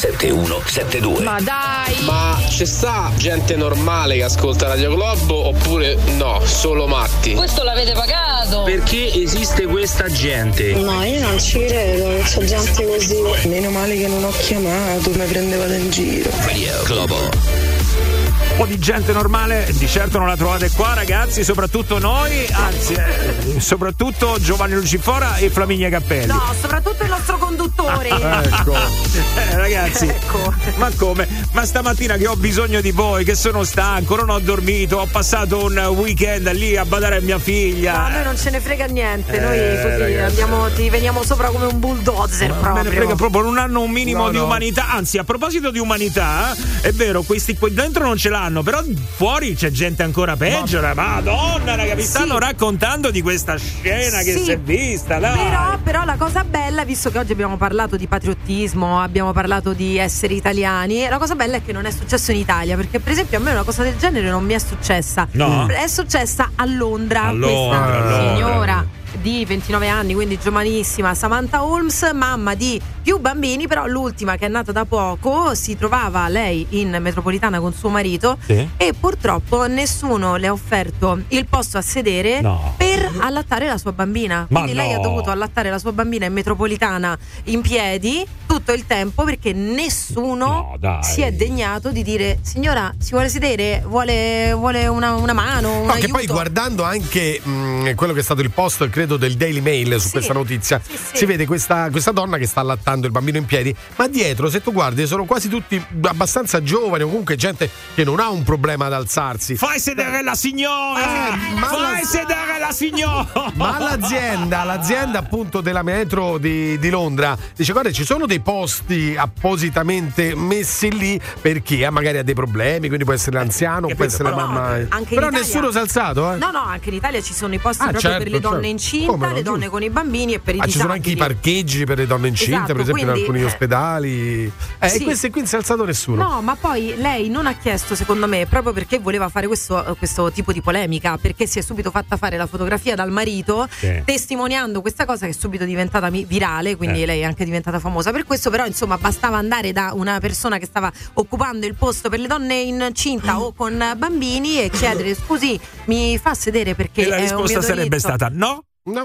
7172. Ma dai! Ma c'è sta gente normale che ascolta Radio Globo oppure no, solo matti? Questo l'avete pagato? Perché esiste questa gente? No, io non ci credo che c'è gente così. Meno male che non ho chiamato, mi prendevate in giro. Radio Globo. Un po' di gente normale di certo non la trovate qua, ragazzi, soprattutto noi, anzi soprattutto Giovanni Lucifora e Flaminia Cappelli. No, soprattutto il nostro conduttore. Ecco. Ragazzi, ecco. Ma come? Ma stamattina che ho bisogno di voi, che sono stanco, non ho dormito, ho passato un weekend lì a badare a mia figlia. No, a noi non ce ne frega niente, noi così andiamo, ti veniamo sopra come un bulldozer proprio. Me ne frega proprio, non hanno un minimo di umanità, anzi a proposito di umanità, è vero, questi qui dentro non ce l'hanno, però fuori c'è gente ancora peggio. Madonna, raga, mi stanno raccontando di questa scena che si è vista, dai. Però la cosa bella, visto che oggi abbiamo parlato di patriottismo, abbiamo parlato di essere italiani, la cosa bella è che non è successo in Italia, perché per esempio a me una cosa del genere non mi è successa. No. È successa a Londra. Questa signora di 29 anni, quindi giovanissima, Samantha Holmes, mamma di più bambini, però l'ultima che è nata da poco, si trovava lei in metropolitana con suo marito e purtroppo nessuno le ha offerto il posto a sedere per allattare la sua bambina. Quindi lei ha dovuto allattare la sua bambina in metropolitana in piedi tutto il tempo perché nessuno si è degnato di dire: signora, si vuole sedere? Vuole una mano? Un aiuto? Che poi guardando anche quello che è stato il post, credo, del Daily Mail su questa notizia, si vede questa donna che sta allattando il bambino in piedi, ma dietro, se tu guardi, sono quasi tutti abbastanza giovani o comunque gente che non ha un problema ad alzarsi. Fai sedere la signora! Fai sedere la signora! Ma l'azienda appunto della metro di Londra dice: guarda, ci sono dei posti appositamente messi lì per chi magari ha dei problemi, quindi può essere l'anziano, può essere la mamma. Però nessuno si è alzato, No, anche in Italia ci sono i posti proprio per le donne incinta, le donne con i bambini e per i disabili. Ci sono anche i parcheggi per le donne incinte, per esempio, in alcuni ospedali. E questo qui non si è alzato nessuno. No, ma poi lei non ha chiesto, secondo me, proprio perché voleva fare questo tipo di polemica, perché si è subito fatta fare la fotografia dal marito, testimoniando questa cosa che è subito diventata virale, quindi lei è anche diventata famosa per questo. Però insomma bastava andare da una persona che stava occupando il posto per le donne incinta o con bambini e chiedere: scusi, mi fa sedere perché e la risposta sarebbe stata no.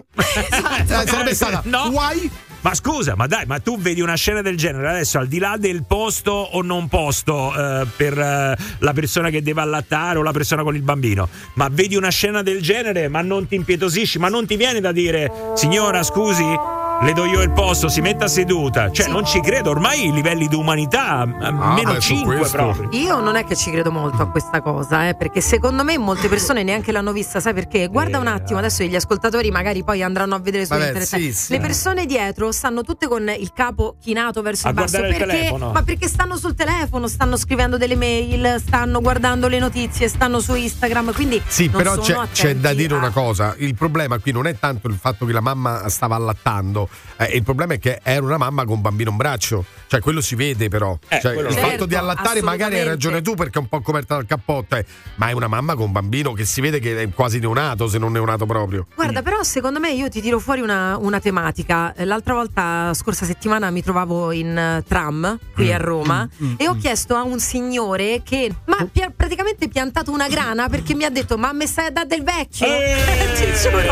Sarebbe stata no. Why? Ma scusa, ma dai, ma tu vedi una scena del genere adesso, al di là del posto o non posto per la persona che deve allattare o la persona con il bambino, ma vedi una scena del genere, ma non ti impietosisci, ma non ti viene da dire: signora, scusi, le do io il posto, si metta seduta. Cioè, non ci credo, ormai i livelli di umanità meno 5 proprio. Io non è che ci credo molto a questa cosa, perché secondo me molte persone neanche l'hanno vista, sai perché? Guarda un attimo, adesso gli ascoltatori magari poi andranno a vedere su internet. Sì. Le persone dietro stanno tutte con il capo chinato verso il basso, perché? Ma perché stanno sul telefono, stanno scrivendo delle mail, stanno guardando le notizie, stanno su Instagram, quindi sì, non però sono c'è da dire a... una cosa, il problema qui non è tanto il fatto che la mamma stava allattando, il problema è che era una mamma con bambino in braccio, cioè quello si vede però, cioè, il fatto di allattare magari hai ragione tu perché è un po' coperta dal cappotto, ma è una mamma con bambino che si vede che è quasi neonato, se non neonato proprio. Guarda, però secondo me io ti tiro fuori una tematica. L'altra volta, scorsa settimana, mi trovavo in tram qui a Roma e ho chiesto a un signore che praticamente piantato una grana perché mi ha detto: ma me stai a dare del vecchio? Ti giuro.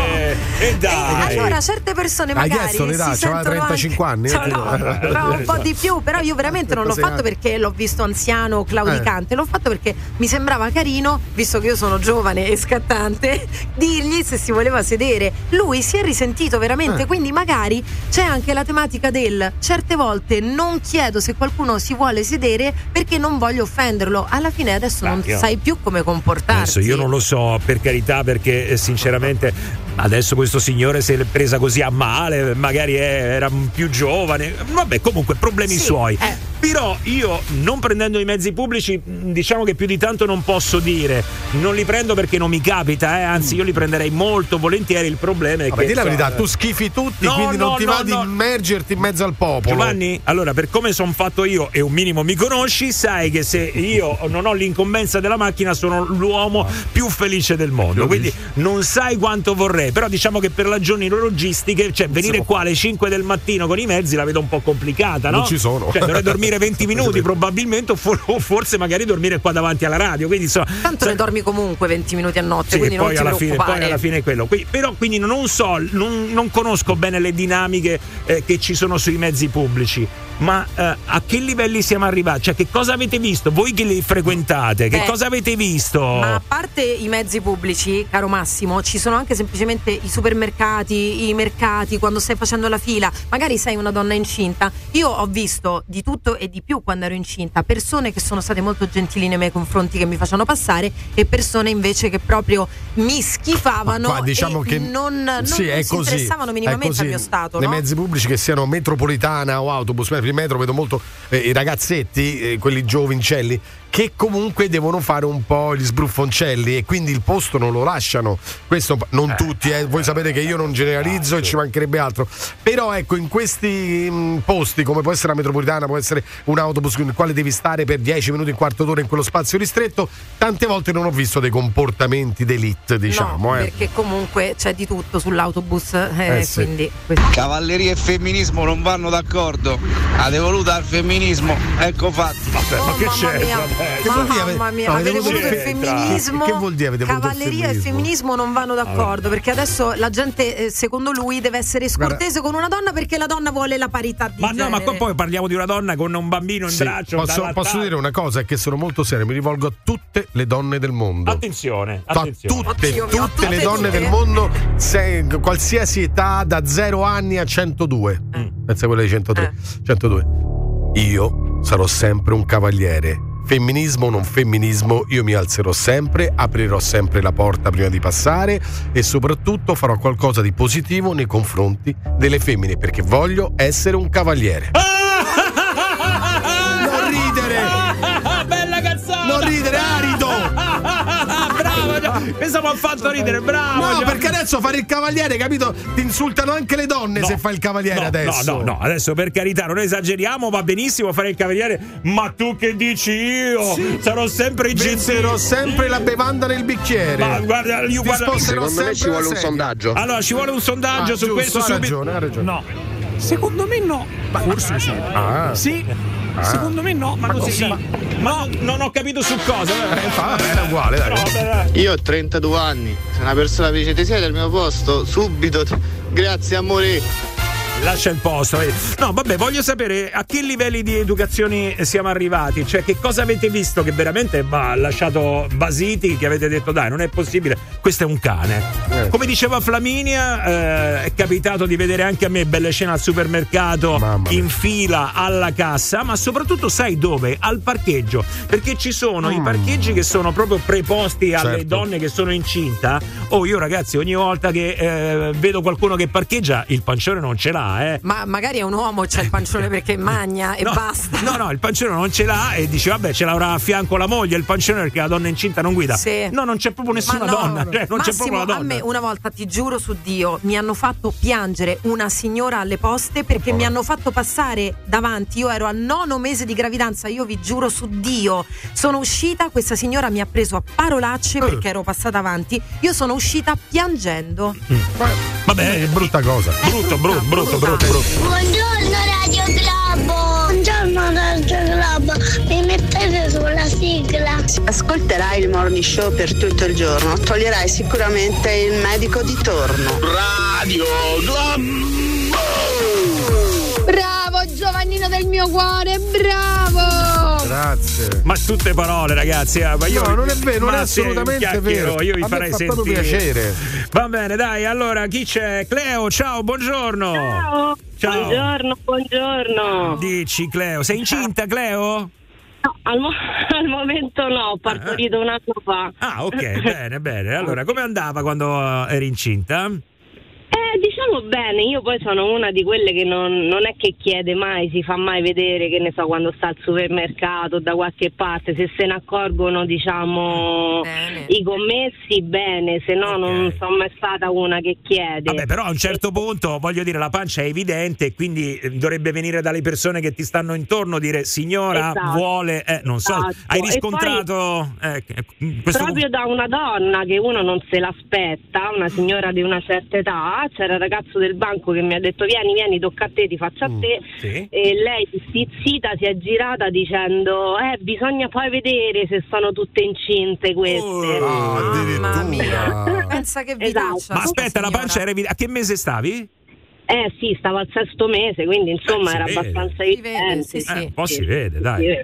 Dai. Allora certe persone magari hai chiesto l'età, c'aveva 35 anni? No, un po' di più, però io veramente non l'ho fatto perché l'ho visto anziano, claudicante, l'ho fatto perché mi sembrava carino, visto che io sono giovane e scattante, dirgli se si voleva sedere. Lui si è risentito veramente, quindi magari c'è anche la tematica del certe volte non chiedo se qualcuno si vuole sedere perché non voglio offenderlo. Alla fine adesso non sai più come comportarti. Adesso io non lo so, per carità, perché sinceramente adesso questo signore si è presa così a male, magari era più giovane, vabbè, comunque problemi suoi. Però io, non prendendo i mezzi pubblici, diciamo che più di tanto non posso dire, non li prendo perché non mi capita, anzi io li prenderei molto volentieri. Il problema è che di la verità, tu schifi tutti, quindi non ti va di immergerti in mezzo al popolo. Giovanni, allora, per come sono fatto io e un minimo mi conosci, sai che se io non ho l'incombenza della macchina sono l'uomo più felice del mondo, quindi non sai quanto vorrei, però diciamo che per ragioni logistiche, cioè venire qua alle 5 del mattino con i mezzi la vedo un po' complicata, no? Non ci sono. Cioè dovrei dormire 20 minuti probabilmente, o forse magari dormire qua davanti alla radio, quindi insomma, tanto ne dormi comunque 20 minuti a notte, sì, quindi non poi ti preoccupare. Poi alla fine è quello. Però quindi non so, non conosco bene le dinamiche che ci sono sui mezzi pubblici, ma a che livelli siamo arrivati? Cioè, che cosa avete visto? Voi che li frequentate, che cosa avete visto? Ma a parte i mezzi pubblici, caro Massimo, ci sono anche semplicemente i supermercati, i mercati, quando stai facendo la fila, magari sei una donna incinta. Io ho visto di tutto e di più quando ero incinta, persone che sono state molto gentili nei miei confronti, che mi facevano passare, e persone invece che proprio mi schifavano, qua, diciamo, e che non sì, si interessavano minimamente al mio stato. Nei no? mezzi pubblici, che siano metropolitana o autobus, per il metro vedo molto i ragazzetti, quelli giovincelli, che comunque devono fare un po' gli sbruffoncelli e quindi il posto non lo lasciano. Questo non tutti, voi sapete che io non generalizzo e ci mancherebbe altro, però ecco, in questi posti, come può essere la metropolitana, può essere un autobus nel quale devi stare per 10 minuti, un quarto d'ora in quello spazio ristretto, tante volte non ho visto dei comportamenti d'élite, diciamo. No, perché comunque c'è di tutto sull'autobus, sì. quindi cavalleria e femminismo non vanno d'accordo. Ha devoluto al femminismo, ecco fatto. Vabbè, ma che c'è? Mamma mia, avete voluto il femminismo? Che vuol dire avete voluto cavalleria e femminismo non vanno d'accordo, perché adesso la gente, secondo lui, deve essere scortese con una donna perché la donna vuole la parità di genere. No, ma poi parliamo di una donna con un bambino in braccio. Posso dire una cosa, è che sono molto serio, mi rivolgo a tutte le donne del mondo. Attenzione. Tutte le donne del mondo, qualsiasi età, da 0 anni a 102. Pensa a quella di 103. 102. Io sarò sempre un cavaliere. Femminismo o non femminismo, io mi alzerò sempre, aprirò sempre la porta prima di passare e soprattutto farò qualcosa di positivo nei confronti delle femmine, perché voglio essere un cavaliere. Non ridere! Bella cazzata! Non ridere, arido! Bravo, questo mi ha fatto ridere, bravo! No, perché adesso fare il cavaliere, capito? Ti insultano anche le donne se fai il cavaliere adesso. No, adesso per carità, non esageriamo, va benissimo fare il cavaliere, ma tu che dici io? Sì. Sarò sempre Verserò sempre la bevanda nel bicchiere. Ma guarda, secondo me ci vuole un sondaggio. Allora, ci vuole un sondaggio su questo subito. Ha ragione. No. Secondo me no. Forse sì. Sì. Secondo me no, ma così sì. Ma non ho capito su cosa. Vabbè, è uguale, dai. Io ho 32 anni. Se una persona mi dice ti siedi al mio posto, subito. Grazie amore. lascia il posto. No, vabbè, voglio sapere a che livelli di educazione siamo arrivati, cioè che cosa avete visto che veramente ha lasciato basiti, che avete detto dai, non è possibile, questo è un cane. Come diceva Flaminia, è capitato di vedere anche a me belle scene al supermercato, in fila alla cassa, ma soprattutto sai dove? Al parcheggio, perché ci sono i parcheggi che sono proprio preposti alle donne che sono incinta. Io ragazzi, ogni volta che vedo qualcuno che parcheggia, il pancione non ce l'ha, Ma magari è un uomo, c'è il pancione perché magna e basta. No, il pancione non ce l'ha e dice vabbè, ce l'avrà a fianco la moglie, il pancione, perché la donna incinta non guida. Sì. No, non c'è proprio nessuna donna, cioè, non Massimo, c'è proprio la donna. A me una volta, ti giuro su Dio, mi hanno fatto piangere una signora alle poste perché mi hanno fatto passare davanti, io ero al 9° mese di gravidanza, io vi giuro su Dio, sono uscita, questa signora mi ha preso a parolacce perché ero passata avanti, io sono uscita piangendo. Vabbè, è brutta cosa. Brutto. Buongiorno Radio Globo. Buongiorno Radio Globo. Mi mettete sulla sigla. Ascolterai il Morning Show per tutto il giorno. Toglierai sicuramente il medico di torno. Radio Globo. Bravo Giovannino del mio cuore, bravo! Grazie. Ma tutte parole, ragazzi. Ma io, no, non è vero, non è assolutamente vero. Io vi a farei me fa sentire. proprio piacere. Va bene, dai, allora chi c'è? Cleo, ciao, buongiorno. Ciao. Buongiorno. Dici, Cleo, sei incinta, Cleo? No, al momento no, ho partorito un anno fa. Ah, ok, bene. Allora, come andava quando eri incinta? Diciamo bene, io poi sono una di quelle che non è che chiede mai, si fa mai vedere, che ne so, quando sta al supermercato, da qualche parte, se se ne accorgono, diciamo, i commessi, bene, se no non sono mai stata una che chiede. Vabbè, però a un certo punto, voglio dire, la pancia è evidente, quindi dovrebbe venire dalle persone che ti stanno intorno, dire signora, vuole, non so, hai riscontrato proprio da una donna che uno non se l'aspetta, una signora di una certa età, c'era il ragazzo del banco che mi ha detto vieni, tocca a te, ti faccio a te, sì. E lei stizzita si è girata dicendo bisogna poi vedere se sono tutte incinte queste. Mamma mia, pensa che vitaccia. Ma aspetta, la pancia era a che mese stavi? Sì, stavo al 6° mese, quindi insomma era abbastanza evidente. Un po' si vede, dai.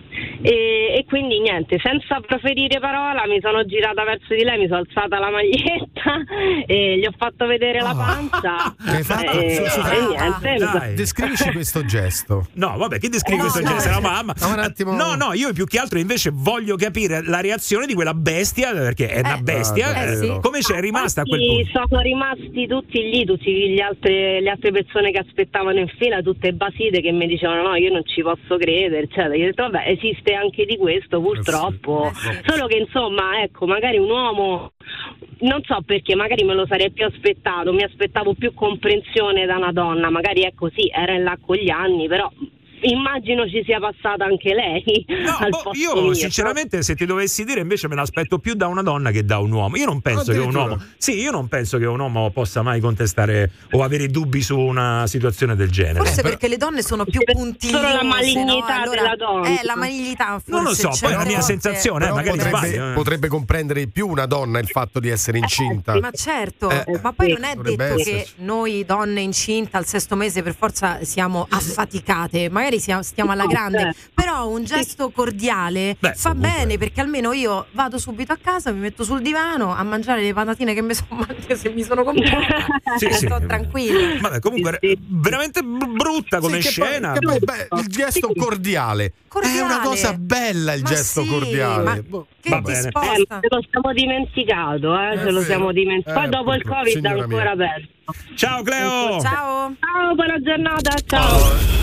E quindi niente, senza proferire parola mi sono girata verso di lei, mi sono alzata la maglietta e gli ho fatto vedere la pancia. Che hai fatto? Niente. Descrivici questo gesto. No, vabbè, che descrivi questo gesto? La mamma. Un attimo. No, io più che altro invece voglio capire la reazione di quella bestia, perché è una bestia. Sì. Come c'è rimasta a quel punto? Sono rimasti tutti le altre persone che aspettavano in fila, tutte basite, che mi dicevano no, io non ci posso credere, cioè, io ho detto vabbè, esiste anche di questo purtroppo, solo che insomma, ecco, magari un uomo, non so perché, magari me lo sarei più aspettato, mi aspettavo più comprensione da una donna, magari è così, era in là con gli anni, però immagino ci sia passata anche lei. No, io sinceramente, se ti dovessi dire, invece me l'aspetto più da una donna che da un uomo. Io non penso che un uomo io non penso che un uomo possa mai contestare o avere dubbi su una situazione del genere. Forse perché le donne sono più puntigliose, solo la malignità della donna. La malignità, forse. Non lo so, poi è la mia sensazione, magari potrebbe comprendere di più una donna il fatto di essere incinta. Ma certo, ma poi non è detto che noi donne incinta al 6° mese per forza siamo affaticate, magari stiamo alla grande, però un gesto cordiale fa bene, perché almeno io vado subito a casa, mi metto sul divano a mangiare le patatine che mi sono comprata e sto tranquilla. Vabbè, comunque veramente brutta come scena. Il gesto cordiale è una cosa bella, il gesto cordiale. Che disposta. Ce lo siamo dimenticato, ce lo siamo dimenticato. Poi dopo il Covid ancora peggio. Ciao Cleo. Ciao, buona giornata, ciao.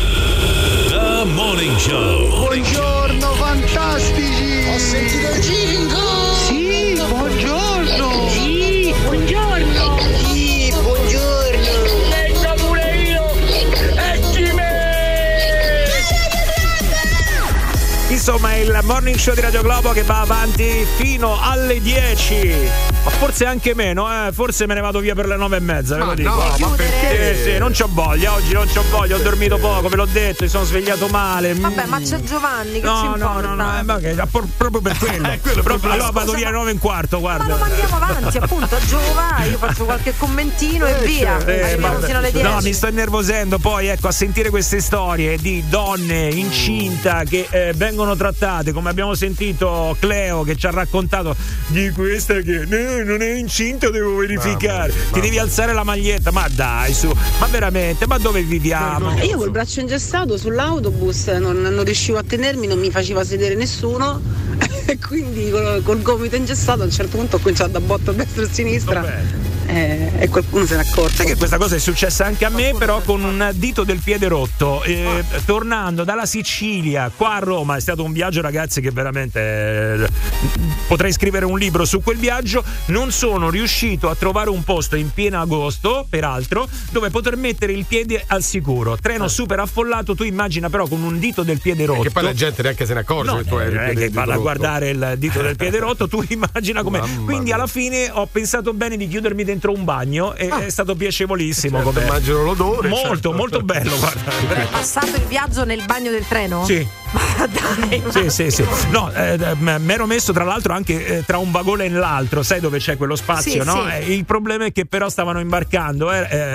The Morning Show. Buongiorno fantastici. Ho sentito il jingle. Sì, buongiorno. Sì, buongiorno. Sì, buongiorno. Leggo pure io. Eccime. Insomma, il Morning Show di Radio Globo che va avanti fino alle 10. Ma forse anche meno, forse me ne vado via per le 9:30, ve lo dico. No, ma perché? Sì, non c'ho voglia, oggi non c'ho voglia, ho dormito poco, ve l'ho detto, mi sono svegliato male. Vabbè, ma c'è Giovanni, che ci importa? Ma proprio per quello. Allora vado via alle 9:15, guarda. Ma lo mandiamo avanti, appunto, a Giova, io faccio qualche commentino e via. Arriviamo fino alle 10. No, mi sto innervosendo poi, ecco, a sentire queste storie di donne incinta che vengono trattate, come abbiamo sentito Cleo che ci ha raccontato di questa che non è incinta, devo verificare. Ti devi alzare la maglietta, ma dai su, ma veramente, ma dove viviamo? Io col braccio ingessato sull'autobus non riuscivo a tenermi, non mi faceva sedere nessuno e quindi col gomito ingessato a un certo punto ho cominciato a botta a destra e a sinistra. E qualcuno se ne è accorto. Che questa cosa è successa anche a me, però con un dito del piede rotto. Tornando dalla Sicilia qua a Roma, è stato un viaggio, ragazzi, che veramente potrei scrivere un libro su quel viaggio. Non sono riuscito a trovare un posto in pieno agosto, peraltro, dove poter mettere il piede al sicuro. Treno super affollato, tu immagina però con un dito del piede rotto. Che poi la gente neanche se ne accorge che tu hai il piede che vada a rotto. guardare il dito del piede rotto, tu immagina com'è. Quindi alla fine ho pensato bene di chiudermi dentro un bagno e è stato piacevolissimo. Certo, immagino l'odore. Molto bello, guarda. Hai passato il viaggio nel bagno del treno? Sì. Ma dai. Sì. No, mi ero messo tra l'altro anche tra un vagone e l'altro, sai dove c'è quello spazio, sì, no? Sì. Il problema è che però stavano imbarcando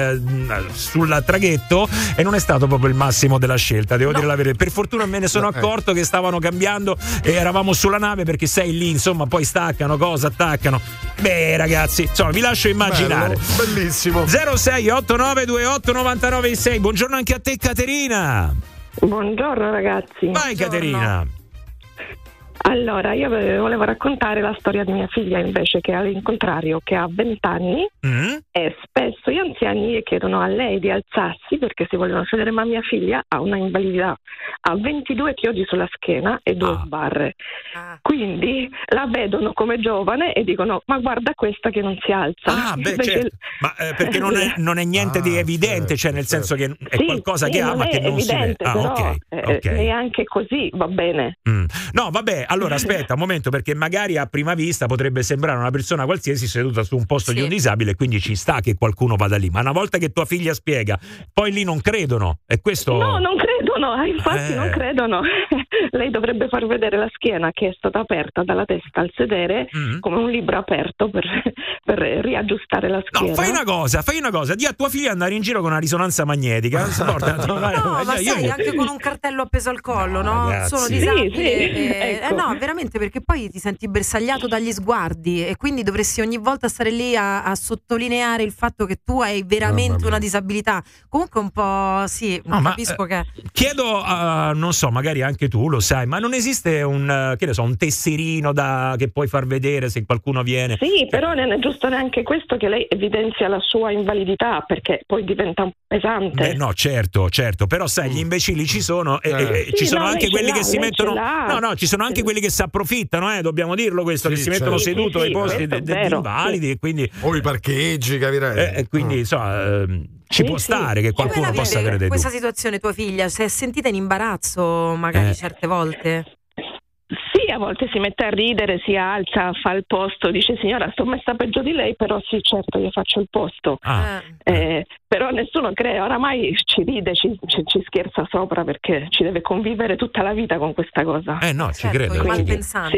sul traghetto e non è stato proprio il massimo della scelta, devo dire la verità. Per fortuna me ne sono accorto che stavano cambiando e eravamo sulla nave, perché sei lì, insomma, poi staccano, attaccano. Beh, ragazzi, insomma, vi lascio immaginare. Bello, bellissimo. 0689289966. Buongiorno anche a te, Caterina. Buongiorno ragazzi. Vai Caterina. Allora, io volevo raccontare la storia di mia figlia invece, che al contrario, che ha 20 anni e spesso gli anziani gli chiedono a lei di alzarsi perché si vogliono sedere, ma mia figlia ha una invalidità, ha 22 chiodi sulla schiena e 2 sbarre. Quindi la vedono come giovane e dicono: ma guarda questa che non si alza. Certo. Ma perché non è niente di evidente, cioè nel senso che è qualcosa che ha ma che non si vede. Però neanche così va bene. No, vabbè, allora aspetta un momento, perché magari a prima vista potrebbe sembrare una persona qualsiasi seduta su un posto di un disabile, quindi ci sta che qualcuno vada lì, ma una volta che tua figlia spiega, poi lì non credono, e questo... No, non credono, infatti non credono. Lei dovrebbe far vedere la schiena che è stata aperta dalla testa al sedere come un libro aperto per riaggiustare la schiena. No, fai una cosa, di a tua figlia andare in giro con una risonanza magnetica. Ma sai, anche con un cartello appeso al collo, no? Ragazzi. Sono disabili. Sì, ecco. No, veramente, perché poi ti senti bersagliato dagli sguardi e quindi dovresti ogni volta stare lì a sottolineare il fatto che tu hai veramente una disabilità. Comunque un po' capisco che... Chiedo, non so, magari anche tu lo sai, ma non esiste un tesserino che puoi far vedere se qualcuno viene? Sì, però non è giusto neanche questo, che lei evidenzia la sua invalidità, perché poi diventa un pesante. No, certo, però sai, gli imbecilli ci sono e ci sono anche quelli che si mettono... No, ci sono anche quelli che si approfittano, dobbiamo dirlo questo, che si mettono seduto ai posti degli invalidi, e quindi... O i parcheggi, capirai. Quindi, insomma... ci può stare che qualcuno possa avere dei dubbi. Questa situazione tua figlia si è sentita in imbarazzo magari certe volte? Sì, a volte si mette a ridere, si alza, fa il posto, dice: signora, sto messa peggio di lei, però sì, certo, io faccio il posto. Però nessuno crede, oramai ci ride, ci scherza sopra, perché ci deve convivere tutta la vita con questa cosa. No, ci credo. Quindi, sta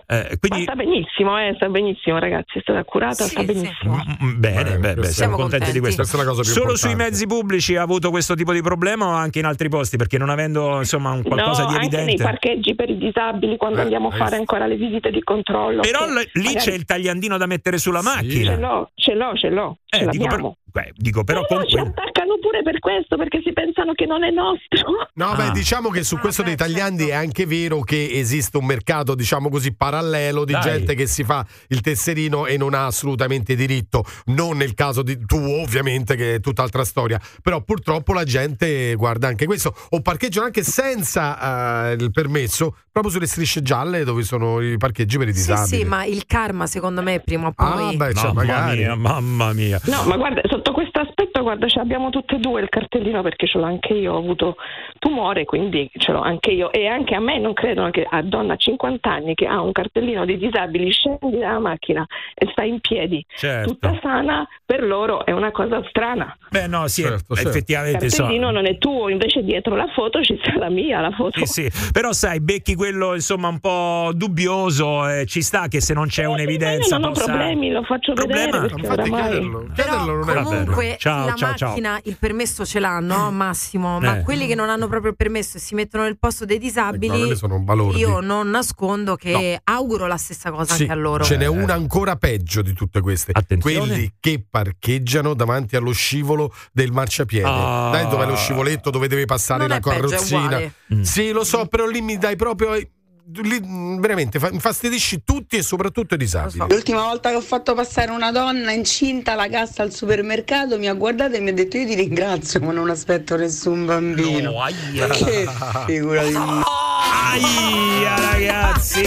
benissimo ragazzi, è stata curata, sta benissimo. Bene, siamo contenti di questo. Questa è la cosa più Solo importante. sui mezzi pubblici ha avuto questo tipo di problema o anche in altri posti? Perché non avendo, insomma, un qualcosa di evidente... anche nei parcheggi per i disabili, quando andiamo a fare ancora le visite di controllo. Però lì magari... c'è il tagliandino da mettere sulla macchina. Ce l'ho. Ce l'abbiamo. Dico però ci attaccano pure per questo, perché si pensano che non è nostro. No, diciamo che su questo dei tagliandi è anche vero che esiste un mercato, diciamo così, parallelo di gente che si fa il tesserino e non ha assolutamente diritto. Non nel caso di tuo, ovviamente, che è tutt'altra storia. Però purtroppo la gente guarda anche questo, o parcheggiano anche senza il permesso, proprio sulle strisce gialle dove sono i parcheggi per i disabili. Sì, ma il karma secondo me prima o poi. Mamma mia. No, ma guarda, sono sotto questo aspetto, guarda, ce l'abbiamo tutte e due il cartellino, perché ce l'ho anche io, ho avuto tumore, quindi ce l'ho anche io, e anche a me non credono che a donna a 50 anni che ha un cartellino dei disabili, scendi dalla macchina e stai in piedi, tutta sana, per loro è una cosa strana. Beh no, sì, effettivamente il cartellino non è tuo, invece dietro la foto ci sta la mia, la foto. Sì, però sai, becchi quello insomma un po' dubbioso, ci sta che se non c'è un'evidenza non ho problemi, lo faccio vedere, perché oramai comunque ciao, la ciao, macchina il permesso ce l'ha, no Massimo? Ma quelli che non hanno proprio il permesso e si mettono nel posto dei disabili, sono balordi. Io non nascondo che auguro la stessa cosa anche a loro. Ce n'è una ancora peggio di tutte queste. Attenzione. Quelli che parcheggiano davanti allo scivolo del marciapiede. Dai, dove è lo scivoletto dove devi passare Non la è peggio, è carrozzina. uguale. Sì, lo so, però lì mi dai proprio... Lì veramente infastidisci tutti e soprattutto i disabili. L'ultima volta che ho fatto passare una donna incinta alla cassa al supermercato mi ha guardato e mi ha detto: io ti ringrazio, ma non aspetto nessun bambino. Che figura di Aia, ragazzi.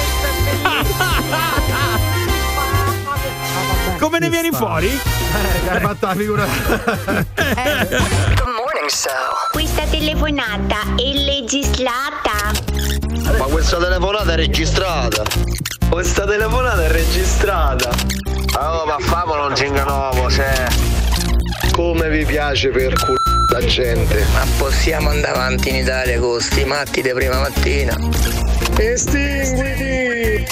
Come ne vieni fuori? Hai fatto la figura. Good morning, show. Questa telefonata è legislata. Ma questa telefonata è registrata. Questa telefonata è registrata. Oh, ma famolo un cinganuovo, cioè. Come vi piace per la gente. Ma possiamo andare avanti in Italia con sti matti di prima mattina? Estinguiti!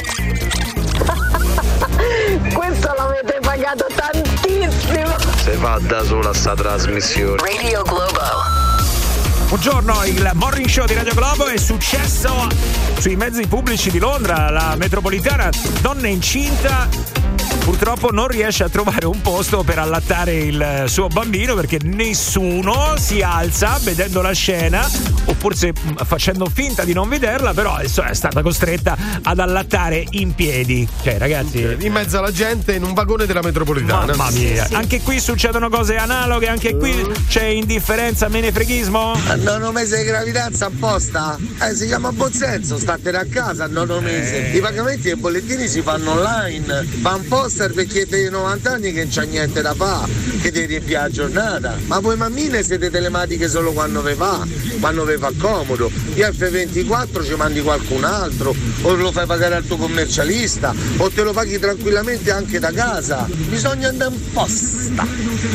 Questo l'avete pagato tantissimo. Se fa da sola sta trasmissione. Radio Globo. Buongiorno, il Morning Show di Radio Globo è successo sui mezzi pubblici di Londra. La metropolitana, donna incinta, purtroppo non riesce a trovare un posto per allattare il suo bambino perché nessuno si alza vedendo la scena, o forse facendo finta di non vederla, però è stata costretta ad allattare in piedi. Cioè, ragazzi, in mezzo alla gente in un vagone della metropolitana. Mamma mia, sì. Anche qui succedono cose analoghe, anche qui c'è indifferenza, menefreghismo. Al nono mese di gravidanza apposta? Si chiama Bozzenzo, statene a casa al nono mese. I pagamenti e i bollettini si fanno online. Fa un poster per chi ha 90 anni che non c'ha niente da fare, che devi riempire la giornata. Ma voi mammine siete telematiche solo quando vi fa, quando vi fa comodo. Io F24 ci mandi qualcun altro, o lo fai pagare al tuo commercialista, o te lo paghi tranquillamente anche da casa. Bisogna andare in posta.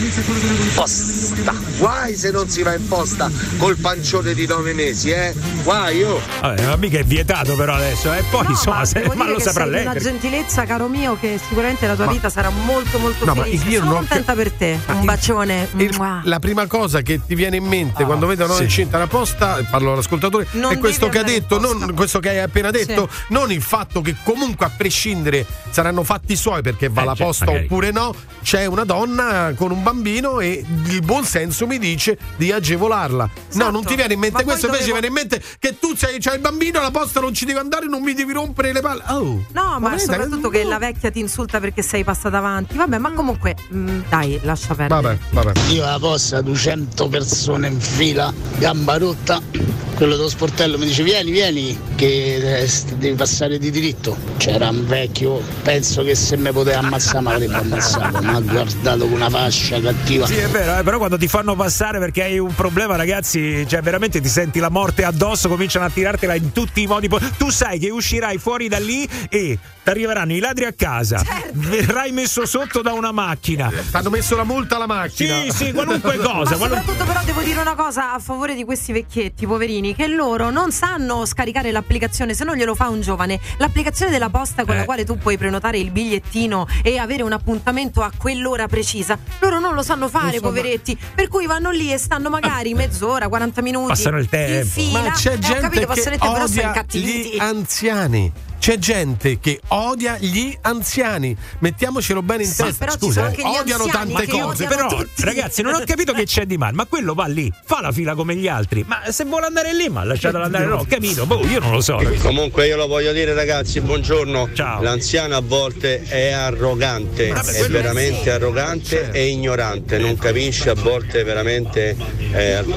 Posta. Guai se non si va in posta col pancione di 9 mesi, Guai, Vabbè, ma mica è vietato però adesso, Poi no, insomma, ma lo saprà lei. Una gentilezza, caro mio, che sicuramente la tua vita sarà molto molto felice. Sono contenta per te. Un bacione. La prima cosa che ti viene in mente quando vedo una incinta alla posta, parlo all'ascoltatore, è questo che ha detto, non questo che hai appena detto, non il fatto che comunque a prescindere saranno fatti suoi perché va alla posta magari. Oppure no, c'è una donna con un bambino e il buon senso mi dice di agevolarla. No, non ti viene in mente questo, invece viene in mente che tu c'hai il bambino alla posta, non ci devi andare, non mi devi rompere le palle. No, ma soprattutto che la vecchia ti insulta perché sei passata avanti. Vabbè, ma comunque dai, lascia perdere. Vabbè. Io alla posta 200 persone in fila, gamba rotta. Quello dello sportello mi dice vieni che devi passare di diritto. C'era un vecchio, penso che se me poteva ammazzare mi avrebbe ammazzato, ma ha guardato con una fascia cattiva. Sì, è vero, però quando ti fanno passare perché hai un problema, ragazzi, cioè veramente ti senti la morte addosso, cominciano a tirartela in tutti i modi. Tu sai che uscirai fuori da lì e ti arriveranno i ladri a casa, verrai messo sotto da una macchina. Ti hanno messo la multa alla macchina. Sì, qualunque cosa. Ma soprattutto però devo dire una cosa a favore di questi vecchietti, poverini, che loro non sanno scaricare l'applicazione, se non glielo fa un giovane. L'applicazione della posta con la quale tu puoi prenotare il bigliettino e avere un appuntamento a quell'ora precisa, loro non lo sanno fare, poveretti. Per cui vanno lì e stanno magari mezz'ora, 40 minuti. Passano il tempo. In fila. Ma c'è gente passano il che tempo, però sono odia incattiviti. gli anziani. C'è gente che odia gli anziani, mettiamocelo bene in testa. Però ci sono anche gli odiano anziani tante che cose. odiano Però, tutti. ragazzi, non ho capito che c'è di male. Ma quello va lì, fa la fila come gli altri. Ma se vuole andare lì, ma lasciatelo andare, no, capito? Io non lo so. Comunque io lo voglio dire, ragazzi, buongiorno. Ciao. L'anziano a volte è arrogante, è veramente arrogante e ignorante, non capisce a volte veramente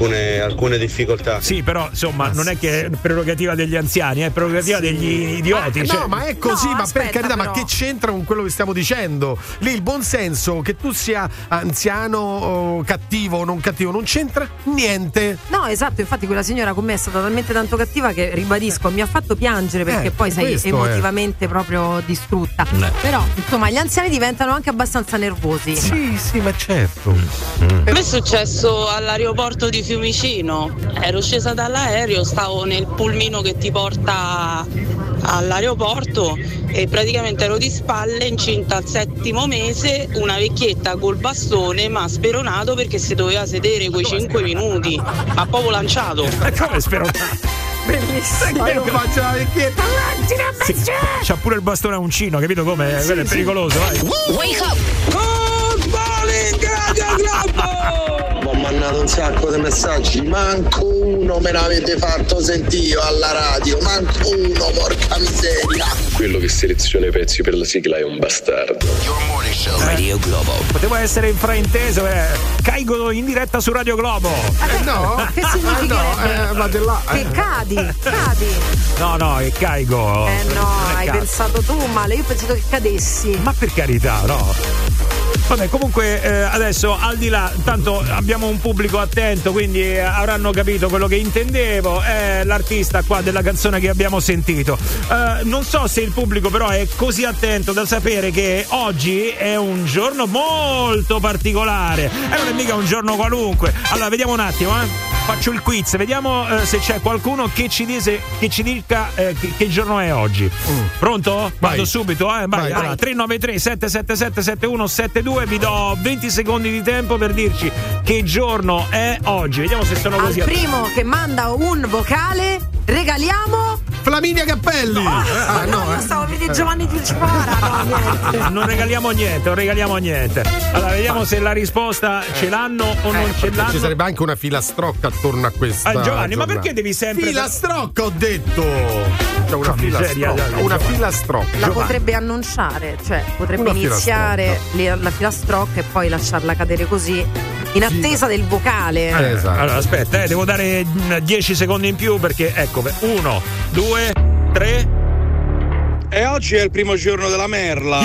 alcune difficoltà. Sì, però insomma non è che è prerogativa degli anziani, è prerogativa degli idioti. idioti. No, ma è così, ma per carità, ma che c'entra con quello che stiamo dicendo? Lì il buonsenso, che tu sia anziano o cattivo o non cattivo, non c'entra niente. No, esatto, infatti quella signora con me è stata talmente tanto cattiva che, ribadisco, mi ha fatto piangere perché poi sei emotivamente proprio distrutta. Però, insomma, gli anziani diventano anche abbastanza nervosi. Sì, ma certo. A me è successo all'aeroporto di Fiumicino. Ero scesa dall'aereo, stavo nel pulmino che ti porta all'aeroporto e praticamente ero di spalle, incinta al 7° mese, una vecchietta col bastone mi ha speronato perché si doveva sedere quei 5 minuti, ma proprio lanciato. Come speronato? Bellissimo. Ma non faccio la vecchietta. Sì, c'ha pure il bastone a uncino, capito come? Quello è pericoloso, vai. Wake up! Good morning, Radio Globo! Ho mandato un sacco di messaggi, manco uno me l'avete fatto sentire alla radio, manco uno, porca miseria. Quello che seleziona i pezzi per la sigla è un bastardo. Radio Globo. Potevo essere infrainteso, caigo in diretta su Radio Globo. No? Che significa? Vado là. Che cadi. No, che caigo. No, hai pensato tu male, io ho pensato che cadessi. Ma per carità, no. Vabbè, comunque adesso al di là, tanto abbiamo un pubblico attento, quindi avranno capito quello che intendevo. È l'artista qua della canzone che abbiamo sentito. Non so se il pubblico però è così attento da sapere che oggi è un giorno molto particolare e non è mica un giorno qualunque. Allora vediamo un attimo, faccio il quiz, vediamo se c'è qualcuno che ci dica che giorno è oggi. Pronto? Vado subito, vai. Allora, 393 777 7172, vi do 20 secondi di tempo per dirci che giorno è oggi. Vediamo se sono così. Al primo che manda un vocale regaliamo Flaminia Cappelli. No, stavo vedendo Giovanni Lucifora. Non regaliamo niente. Allora vediamo se la risposta ce l'hanno o non ce l'hanno. Ci sarebbe anche una filastrocca attorno a questa Giovanni, giornata. ma perché devi sempre filastrocca, ho detto. C'è una filastrocca. La potrebbe annunciare, cioè potrebbe iniziare la filastrocca e poi lasciarla cadere così in attesa del vocale. Esatto. Allora aspetta, devo dare 10 secondi in più perché ecco, 1, 2, 3. E oggi è il primo giorno della merla.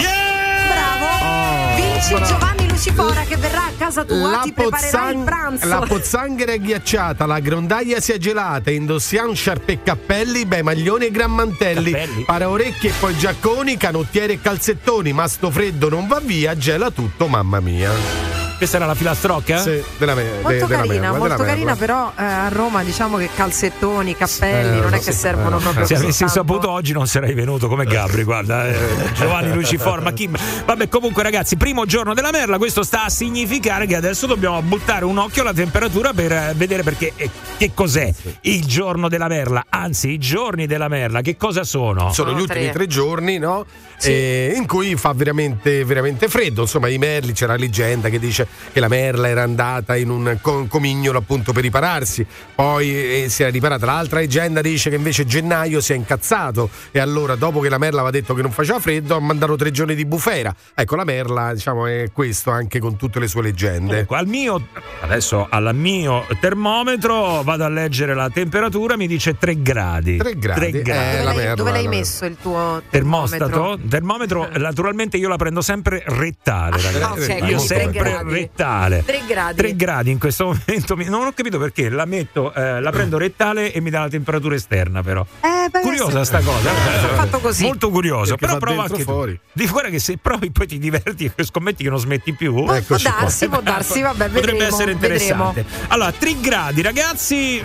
Bravo! Vinci Giovanni Lucifora che verrà a casa tua, ti preparerà il pranzo. La pozzanghera è ghiacciata, la grondaia si è gelata, indossiamo sciarpe e cappelli, bei maglioni e gran mantelli, paraorecchie e poi giacconi, canottiere e calzettoni, ma sto freddo non va via, gela tutto, mamma mia. Questa era la filastrocca? Sì, molto carina, però a Roma diciamo che calzettoni, cappelli non è che servono proprio se così avessi tanto. saputo oggi non sarei venuto come Gabri, guarda, Giovanni Lucifora, ma chi? Vabbè, comunque ragazzi, primo giorno della merla, questo sta a significare che adesso dobbiamo buttare un occhio alla temperatura per vedere perché che cos'è il giorno della merla, anzi i giorni della merla, che cosa sono? Sono gli ultimi 3 giorni, no? In cui fa veramente freddo, insomma i merli, c'è la leggenda che dice che la merla era andata in un comignolo appunto per ripararsi, poi si era riparata. L'altra leggenda dice che invece gennaio si è incazzato e allora dopo che la merla aveva detto che non faceva freddo ha mandato 3 giorni di bufera. Ecco, la merla diciamo è questo anche con tutte le sue leggende. Adesso al mio termometro vado a leggere la temperatura, mi dice 3 gradi. 3 gradi. Dove l'hai messo il tuo termometro? Termometro, naturalmente io la prendo sempre rettale, ragazzi. Okay, io sempre rettale. 3 gradi in questo momento. Non ho capito perché la metto, la prendo rettale e mi dà la temperatura esterna, però. Curiosa sta cosa. Fatto così. Molto curioso. Perché però prova anche fuori. Guarda che se provi poi ti diverti e scommetti che non smetti più. Può darsi, vabbè, potrebbe essere interessante. Allora, 3 gradi, ragazzi.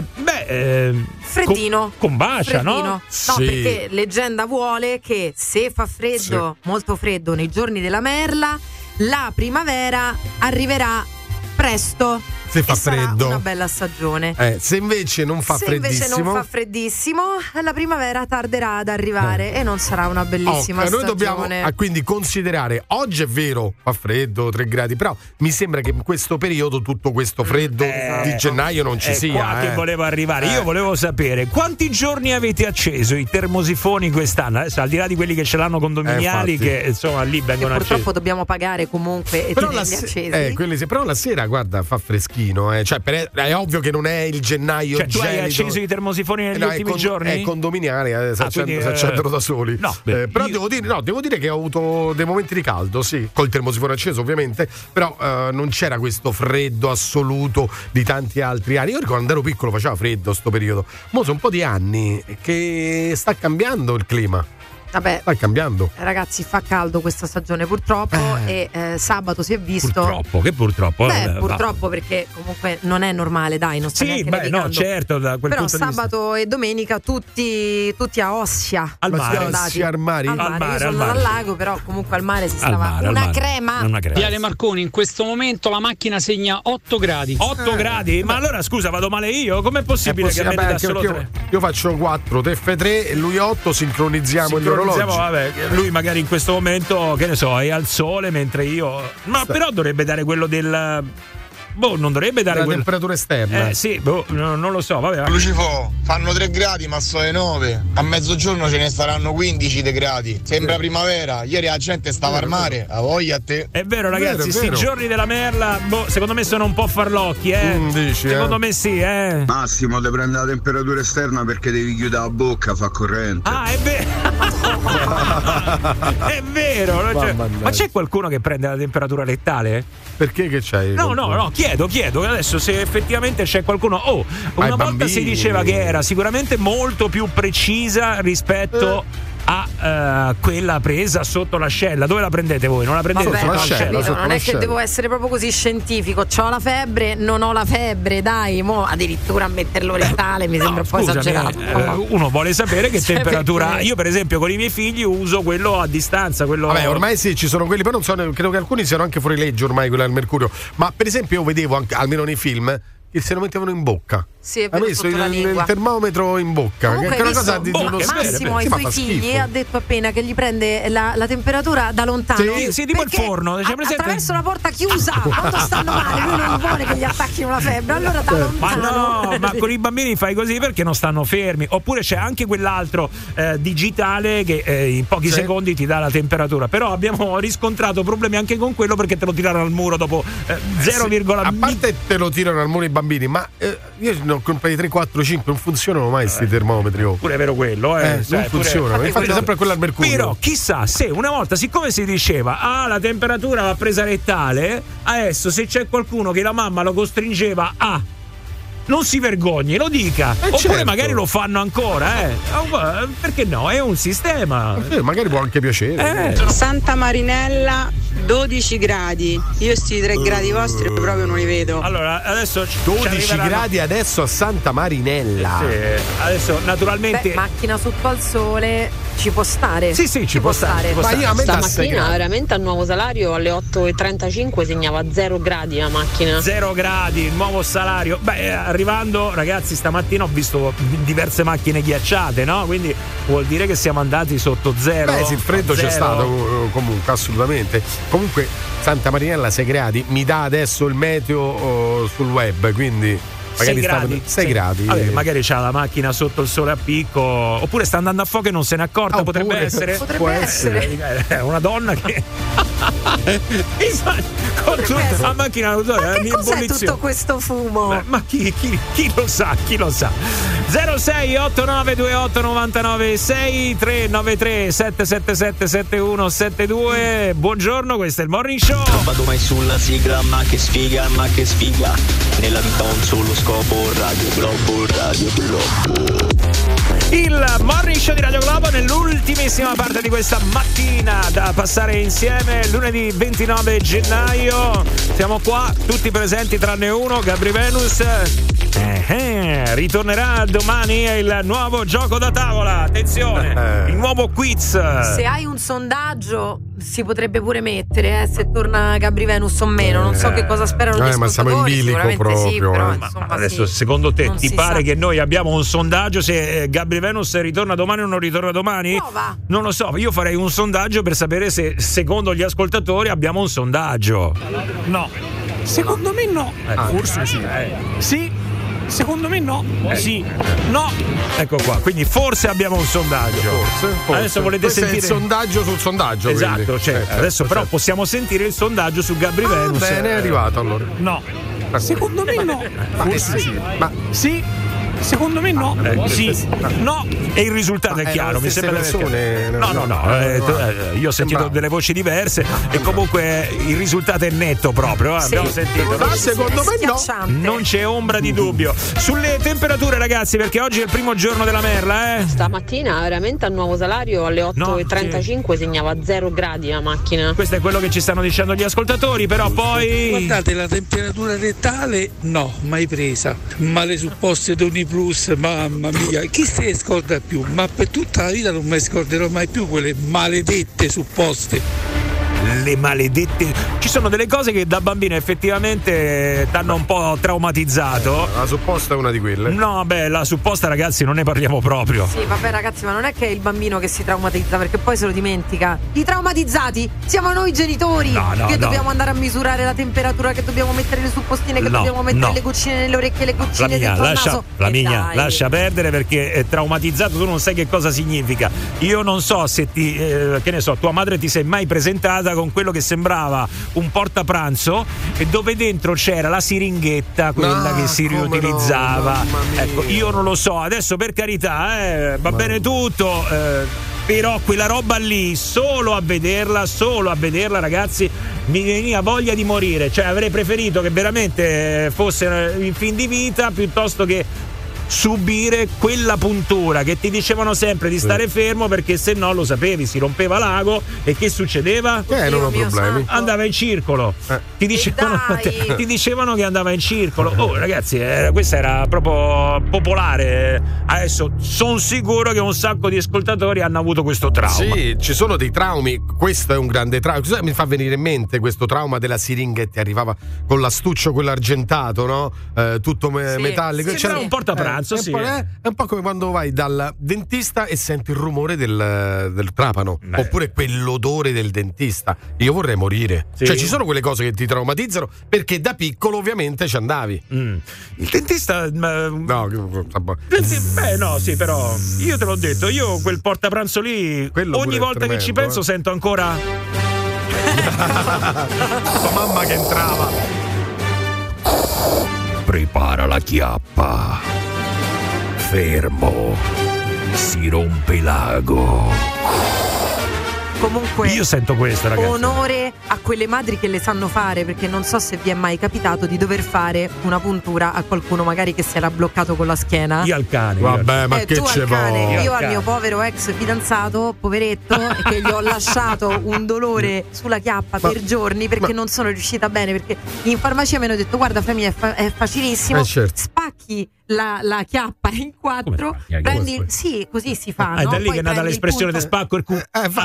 Freddino. Combacia, no? No, perché leggenda vuole che se fa freddo, molto freddo nei giorni della merla, la primavera arriverà presto. Se fa freddo, una bella stagione. Se invece non fa freddissimo, la primavera tarderà ad arrivare e non sarà una bellissima stagione. Noi dobbiamo quindi considerare, oggi è vero, fa freddo, 3 gradi, però mi sembra che in questo periodo tutto questo freddo di gennaio non ci sia. Qua che volevo arrivare. Io volevo sapere quanti giorni avete acceso i termosifoni quest'anno, adesso, al di là di quelli che ce l'hanno condominiali, che insomma lì vengono accesi. Purtroppo dobbiamo pagare comunque e tenerli accesi. Però la sera, guarda, fa freschissimo. pochino, cioè è ovvio che non è il gennaio Cioè, tu hai gelido. acceso i termosifoni negli ultimi giorni? È condominiale, si accendono da soli. No, però devo dire che ho avuto dei momenti di caldo, sì, col termosifone acceso ovviamente, però non c'era questo freddo assoluto di tanti altri anni. Io ricordo quando ero piccolo faceva freddo sto periodo. Mo sono un po' di anni che sta cambiando il clima. Vabbè, sta cambiando. Ragazzi, fa caldo questa stagione purtroppo e sabato si è visto. Purtroppo, che purtroppo? Purtroppo perché comunque non è normale, dai, non sta neanche nevicando. No, certo, da quel però punto di vista. sabato e domenica tutti a Ossia. Al mare. Al mare. Io sono al lago, però comunque al mare si stava una crema. Viale Marconi, in questo momento la macchina segna 8 gradi. 8 gradi? Ma allora scusa, vado male io? Com'è possibile che a me dà solo 3? Io faccio 4, te fai 3 e lui 8, sincronizziamo gli orologi. Vabbè, lui magari in questo momento, che ne so, è al sole mentre io. Ma però dovrebbe dare quello del. Non dovrebbe dare la temperatura esterna. Sì, non lo so, vabbè. Lucifo, fanno 3 gradi ma sono le 9. A mezzogiorno ce ne saranno 15 di gradi. Sembra primavera. Ieri la gente stava al mare. A voglia a te. È vero, ragazzi, sti giorni della merla, secondo me sono un po' farlocchi, dici, secondo me sì, Massimo, te prende la temperatura esterna perché devi chiudere la bocca, fa corrente. Ah, è vero. È vero. Ma c'è qualcuno che prende la temperatura lettale? Perché che c'hai? No, chiedo adesso se effettivamente c'è qualcuno. Una volta si diceva che era sicuramente molto più precisa rispetto a quella presa sotto l'ascella. Dove la prendete voi? Non la prendete sotto l'ascella? Non è che devo essere proprio così scientifico. C'ho la febbre, non ho la febbre, dai, mo addirittura a metterlo letale mi sembra un po' esagerato. Uno vuole sapere che temperatura. Io per esempio con i miei figli uso quello a distanza, quello. Vabbè, ormai sì, ci sono quelli, però non so, credo che alcuni siano anche fuori legge ormai, quello al mercurio. Ma per esempio io vedevo anche, almeno nei film, che se lo mettevano in bocca. Sì, è ha messo il termometro in bocca. Comunque, che è una cosa di uno Massimo ai suoi figli ha detto appena che gli prende la temperatura da lontano. Sì, tipo il forno. Attraverso la porta chiusa, quando stanno male, lui non vuole che gli attacchino la febbre, allora da lontano. Ma con i bambini fai così perché non stanno fermi. Oppure c'è anche quell'altro digitale che in pochi secondi ti dà la temperatura. Però abbiamo riscontrato problemi anche con quello perché te lo tirano al muro dopo 0,1. A parte te lo tirano al muro i bambini, ma io ne ho comprati 3, 4, 5, non funzionano mai questi termometri. Pure è vero quello, non funzionano. Infatti sempre quello al mercurio. Però chissà se una volta, siccome si diceva la temperatura va presa rettale, adesso se c'è qualcuno che la mamma lo costringeva a non si vergogni, lo dica. Oppure magari lo fanno ancora, perché no? È un sistema. Magari può anche piacere. Santa Marinella 12 gradi. Io sti 3 gradi vostri proprio non li vedo. Allora, adesso 12 gradi adesso a Santa Marinella. Sì. Adesso naturalmente macchina sotto al sole ci può stare. Sì, ci può stare. Ma io stamattina veramente al nuovo salario alle 8:35 segnava 0 gradi la macchina. 0 gradi, il nuovo salario. Arrivando, ragazzi, stamattina ho visto diverse macchine ghiacciate, no? Quindi vuol dire che siamo andati sotto 0. Sì, il freddo c'è stato comunque, assolutamente. Comunque Santa Marinella 6 gradi, mi dà adesso il meteo sul web, quindi magari 6 gradi. Vabbè, magari c'ha la macchina sotto il sole a picco, oppure sta andando a fuoco e non se n'è accorta. Potrebbe essere. È una donna che con tutta la macchina ma che cos'è tutto questo fumo? Ma chi lo sa? 06 89 28 99 6 393 777 7172. Buongiorno, questo è il Morning Show. Non vado mai sulla sigla, ma che sfiga. Nella vita ho un solo scopo, Radio Globo. Il Morning Show di Radio Globo nell'ultimissima parte di questa mattina da passare insieme, lunedì 29 gennaio. Siamo qua, tutti presenti tranne uno, Gabri Venus. Ritornerà domani il nuovo gioco da tavola. Attenzione, il nuovo quiz. Se hai un sondaggio si potrebbe pure mettere se torna Gabri Venus o meno. Non so che cosa sperano gli ascoltatori. Ma siamo in bilico proprio. Sì, però, insomma, adesso secondo te ti pare che noi abbiamo un sondaggio se Gabri Venus ritorna domani o non ritorna domani? Prova. Non lo so, io farei un sondaggio per sapere se secondo gli ascoltatori abbiamo un sondaggio. No, secondo me no. Forse sì. Sì. Secondo me no. Sì. No. Ecco qua, quindi forse abbiamo un sondaggio. Forse. Adesso volete questo sentire è il sondaggio sul sondaggio. Esatto, certo. Adesso però possiamo sentire il sondaggio su Gabri Venus. Bene, è arrivato allora. No. Secondo me no. Forse sì. Ma sì. Secondo me no. Sì, no. E il risultato è chiaro. Mi sembra persone. Io ho sentito delle voci diverse e comunque il risultato è netto proprio. Abbiamo sentito. Ma secondo me no. Non c'è ombra di dubbio. Sulle temperature, ragazzi, perché oggi è il primo giorno della merla, Stamattina veramente al nuovo salario alle 8:35 segnava 0 gradi la macchina. Questo è quello che ci stanno dicendo gli ascoltatori, però poi. Guardate, la temperatura rettale no, mai presa. Ma le supposte Tony Plus, mamma mia, chi se ne scorda più? Ma per tutta la vita non mi scorderò mai più quelle maledette supposte. Le maledette. Ci sono delle cose che da bambino effettivamente t'hanno un po' traumatizzato. La supposta è una di quelle. No, beh, la supposta, ragazzi, non ne parliamo proprio. Sì, vabbè, ragazzi, ma non è che è il bambino che si traumatizza, perché poi se lo dimentica. I traumatizzati siamo noi genitori che dobbiamo andare a misurare la temperatura, che dobbiamo mettere le suppostine, che dobbiamo mettere le goccine nelle orecchie, le goccine dentro il naso. Lascia perdere, perché traumatizzato tu non sai che cosa significa. Io non so se che ne so, tua madre ti sei mai presentata con quello che sembrava un portapranzo e dove dentro c'era la siringhetta, quella che si riutilizzava. Ecco, io non lo so, adesso per carità, va bene tutto, però quella roba lì, solo a vederla, ragazzi, mi veniva voglia di morire. Cioè avrei preferito che veramente fosse in fin di vita piuttosto che subire quella puntura che ti dicevano sempre di stare fermo, perché se no, lo sapevi, si rompeva l'ago e che succedeva? Non ho problemi. Andava in circolo. Ti dicevano che andava in circolo. Oh, ragazzi, questa era proprio popolare. Adesso sono sicuro che un sacco di ascoltatori hanno avuto questo trauma. Sì, ci sono dei traumi. Questo è un grande trauma. Mi fa venire in mente questo trauma della siringa che ti arrivava con l'astuccio, quello argentato, no? Tutto metallico. Sì, c'era un portapranzo. È un po' come quando vai dal dentista e senti il rumore del trapano, oppure quell'odore del dentista. Io vorrei morire. Sì. Cioè, ci sono quelle cose che ti traumatizzano perché da piccolo ovviamente ci andavi. Il dentista no, sì, però io te l'ho detto, io quel portapranzo lì ogni volta che ci penso sento ancora tua mamma che entrava. Prepara la chiappa. Fermo, si rompe l'ago. Comunque io sento questo, ragazzi. Onore a quelle madri che le sanno fare, perché non so se vi è mai capitato di dover fare una puntura a qualcuno magari che si era bloccato con la schiena. Io al cane. Vabbè, ma che ce vuoi? Io al mio povero ex fidanzato, poveretto, che gli ho lasciato un dolore sulla chiappa per giorni perché non sono riuscita bene, perché in farmacia mi hanno detto: guarda Femi, è facilissimo, spacchi la chiappa in 4, prendi, sì, così si fa, no? È da lì poi che è nata l'espressione di spacco il culo.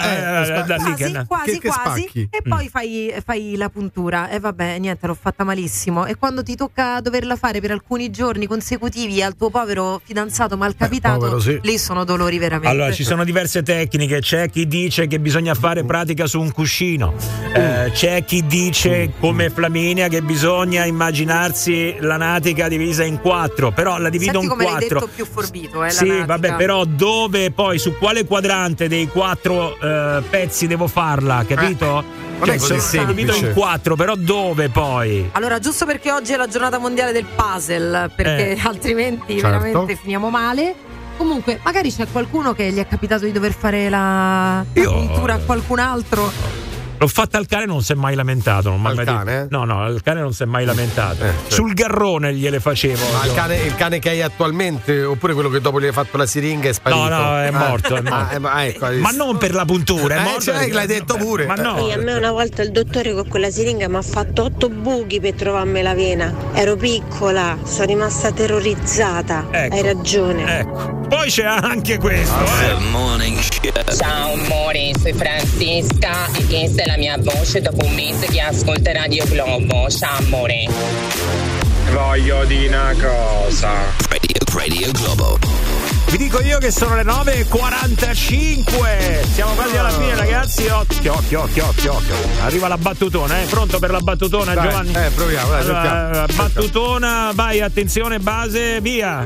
Quasi e poi fai la puntura e vabbè, niente, l'ho fatta malissimo. E quando ti tocca doverla fare per alcuni giorni consecutivi al tuo povero fidanzato malcapitato, lì sono dolori veramente. Allora, ci sono diverse tecniche. C'è chi dice che bisogna fare pratica su un cuscino, c'è chi dice come Flaminia che bisogna immaginarsi la natica divisa in 4, però la divido in 4. L'hai detto più forbito, sì, la vabbè, però dove poi, su quale quadrante dei 4 pezzi devo farla, capito? Non è così semplice. Divido in 4, però dove poi? Allora, giusto perché oggi è la giornata mondiale del puzzle, perché altrimenti veramente finiamo male. Comunque, magari c'è qualcuno che gli è capitato di dover fare la puntura a qualcun altro. L'ho fatta al cane, non si è mai lamentato. Al cane? No, il cane non si è mai lamentato. Sul garrone gliele facevo. Ma il cane che hai attualmente, oppure quello che dopo gli hai fatto la siringa è sparito? No, è morto. Ecco, ma non per la puntura, è morto. L'hai detto pure. Ma no. A me una volta il dottore con quella siringa mi ha fatto 8 buchi per trovarmi la vena. Ero piccola, sono rimasta terrorizzata. Ecco. Hai ragione. Ecco. Poi c'è anche questo. Ciao amore, sono Francisca e questa è la mia voce dopo un mese che ascolta Radio Globo. Ciao amore. Voglio dire una cosa. Radio Globo. Vi dico io che sono le 9:45. Siamo quasi alla fine, ragazzi. Occhio. Arriva la battutona, Pronto per la battutona, dai, Giovanni? Proviamo, dai, sentiamo. Battutona, vai, attenzione, base, via.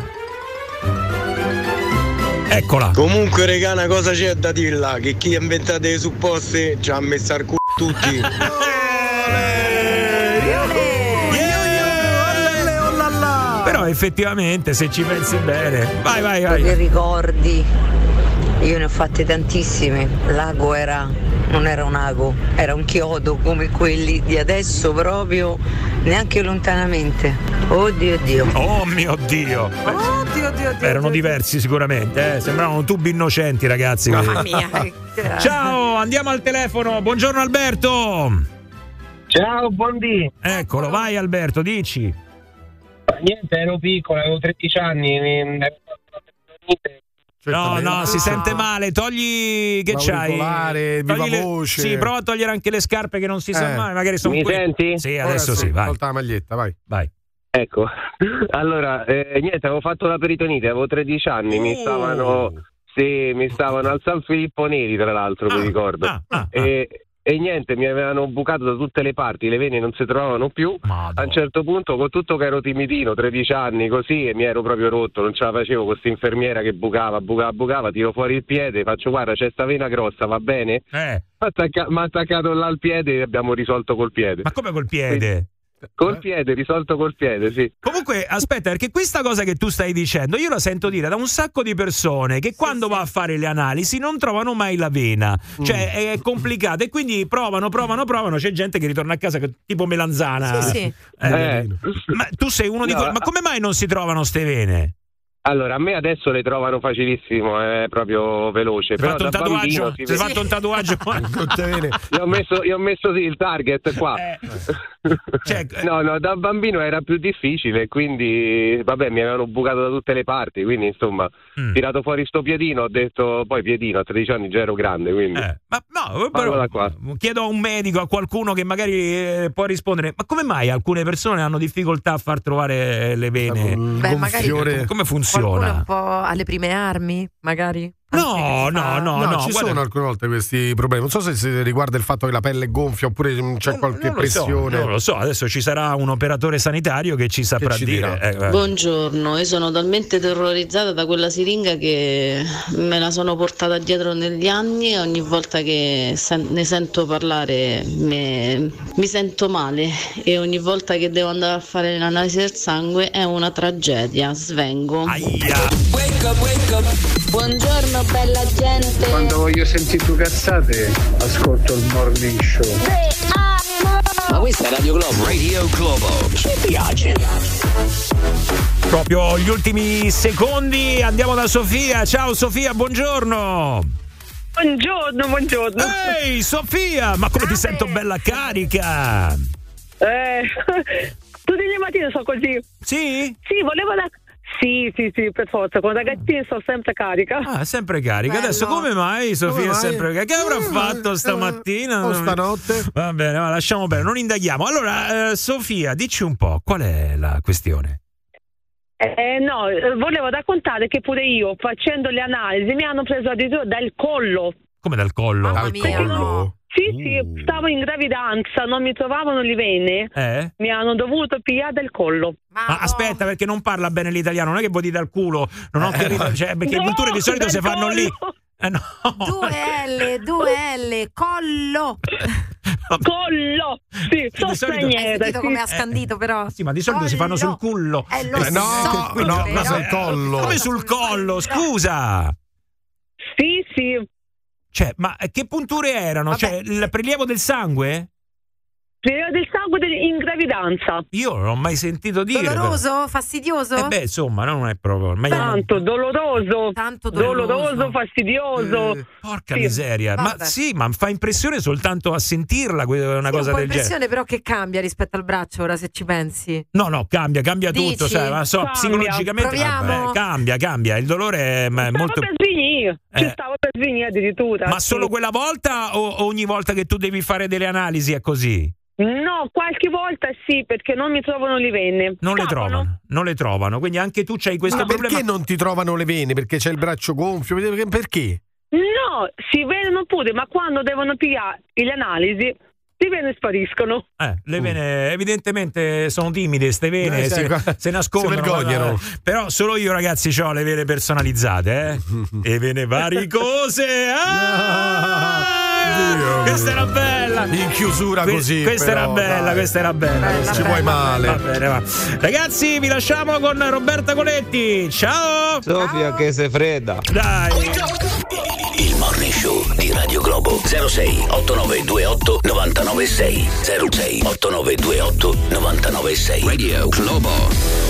Eccola. Comunque, regà, una cosa c'è da dirla: che chi ha inventato le supposte ci ha messo al culo tutti. però effettivamente se ci pensi bene. Vai. Che ricordi? Io ne ho fatte tantissime. L'ago non era un ago, era un chiodo come quelli di adesso, proprio neanche lontanamente. Oddio. Oh mio Dio. Oddio. Erano diversi sicuramente, sembravano tubi innocenti, ragazzi. Mamma mia. Ciao, andiamo al telefono. Buongiorno Alberto. Ciao, buondì. Eccolo, vai Alberto, dici. Niente, ero piccolo, avevo 13 anni. No, si sente male. Togli che c'hai? Viva voce. Sì, prova a togliere anche le scarpe che non si sa mai. Magari sono Mi senti? Sì, adesso sì, vai. Tolta la maglietta, vai. Ecco, allora, niente, avevo fatto la peritonite, avevo 13 anni, mi stavano al San Filippo Neri, tra l'altro, mi ricordo. E niente, mi avevano bucato da tutte le parti, le vene non si trovavano più. A un certo punto, con tutto che ero timidino, 13 anni così, e mi ero proprio rotto, non ce la facevo con questa infermiera che bucava, tiro fuori il piede, faccio guarda c'è sta vena grossa, va bene? Mi ha attaccato là al piede e abbiamo risolto col piede. Ma come col piede? Col piede, risolto col piede, sì. Comunque, aspetta, perché questa cosa che tu stai dicendo, io la sento dire da un sacco di persone che quando va a fare le analisi non trovano mai la vena. Cioè, è complicato e quindi provano. C'è gente che ritorna a casa tipo melanzana. Sì. Ma tu sei uno di quelli. Ma come mai non si trovano ste vene? Allora, a me adesso le trovano facilissimo, è proprio veloce. Però da bambino si hai fatto un tatuaggio? Io ho messo sì, il target qua. No, da bambino era più difficile, quindi vabbè, mi avevano bucato da tutte le parti, quindi insomma, tirato fuori sto piedino, ho detto, poi piedino, a 13 anni già ero grande, quindi. Ma no, però chiedo a un medico, a qualcuno che magari può rispondere, ma come mai alcune persone hanno difficoltà a far trovare le vene? Beh, magari come funziona? Qualcuno un po' alle prime armi, magari? No, ci sono alcune volte questi problemi. Non so se riguarda il fatto che la pelle gonfia oppure c'è qualche pressione. Non lo so, adesso ci sarà un operatore sanitario che ci saprà dire. Buongiorno, io sono talmente terrorizzata da quella siringa che me la sono portata dietro negli anni e ogni volta che ne sento parlare mi sento male e ogni volta che devo andare a fare l'analisi del sangue è una tragedia, svengo. Wake up. Buongiorno bella gente. Quando voglio sentire due cazzate ascolto il morning show. Ma questa è Radio Globo. Ci piace. Proprio gli ultimi secondi andiamo da Sofia. Ciao Sofia, buongiorno. Buongiorno. Ehi Sofia, ma come ti sento bella carica. Tutti i mattini sono così. Sì? Sì, volevo Sì, per forza, con ragazzini sono sempre carica. Sempre carica. Bello. Adesso come mai Sofia è sempre carica? Che avrà fatto stamattina? O stanotte? Va bene, lasciamo bene, non indaghiamo. Allora, Sofia, dici un po', qual è la questione? No, volevo raccontare che pure io, facendo le analisi, mi hanno preso addirittura dal collo. Come dal collo? Dal collo? Sì, stavo in gravidanza, non mi trovavano le vene, mi hanno dovuto pigliare del collo. Ma aspetta, perché non parla bene l'italiano, non è che vuoi dire dal culo, non ho capito, cioè, perché le culture di solito si fanno lì. No. 2 L, collo. Collo, sì, sono straniera. Hai sentito come ha scandito però? Sì, ma di solito si fanno sul cullo. No, sul collo. Come sul collo, scusa? Sì. Cioè, ma che punture erano? Vabbè. Cioè, il prelievo del sangue? Prelievo del sangue in gravidanza. Io non l'ho mai sentito dire. Doloroso? Fastidioso? Insomma, non è proprio. Tanto doloroso. Doloroso, fastidioso. Porca miseria. Vabbè. Ma fa impressione soltanto a sentirla una cosa del genere. Impressione però che cambia rispetto al braccio, ora se ci pensi. No, cambia Dici? tutto, sai, ma psicologicamente cambia. Il dolore è molto. Ci stavo per svenire addirittura. Ma solo quella volta o ogni volta che tu devi fare delle analisi è così? No, qualche volta sì, perché non mi trovano le vene. Non le trovano, quindi anche tu c'hai questo problema. Perché non ti trovano le vene? Perché c'è il braccio gonfio? Perché? No, si vedono pure, ma quando devono pigliare le analisi le vene spariscono. Le vene evidentemente sono timide, ste vene se nascondono. Si vergognano. Però solo io, ragazzi, ho le vene personalizzate, e vene varicose. Questa era bella. In chiusura così. Questa era bella, questa era bella. Ci vuoi male. Va bene, va. Ragazzi, vi lasciamo con Roberta Coletti. Ciao. Sofia che sei fredda. Dai. Il Morning Show di Radio Globo 06 8928 996 06 8928 996 Radio Globo.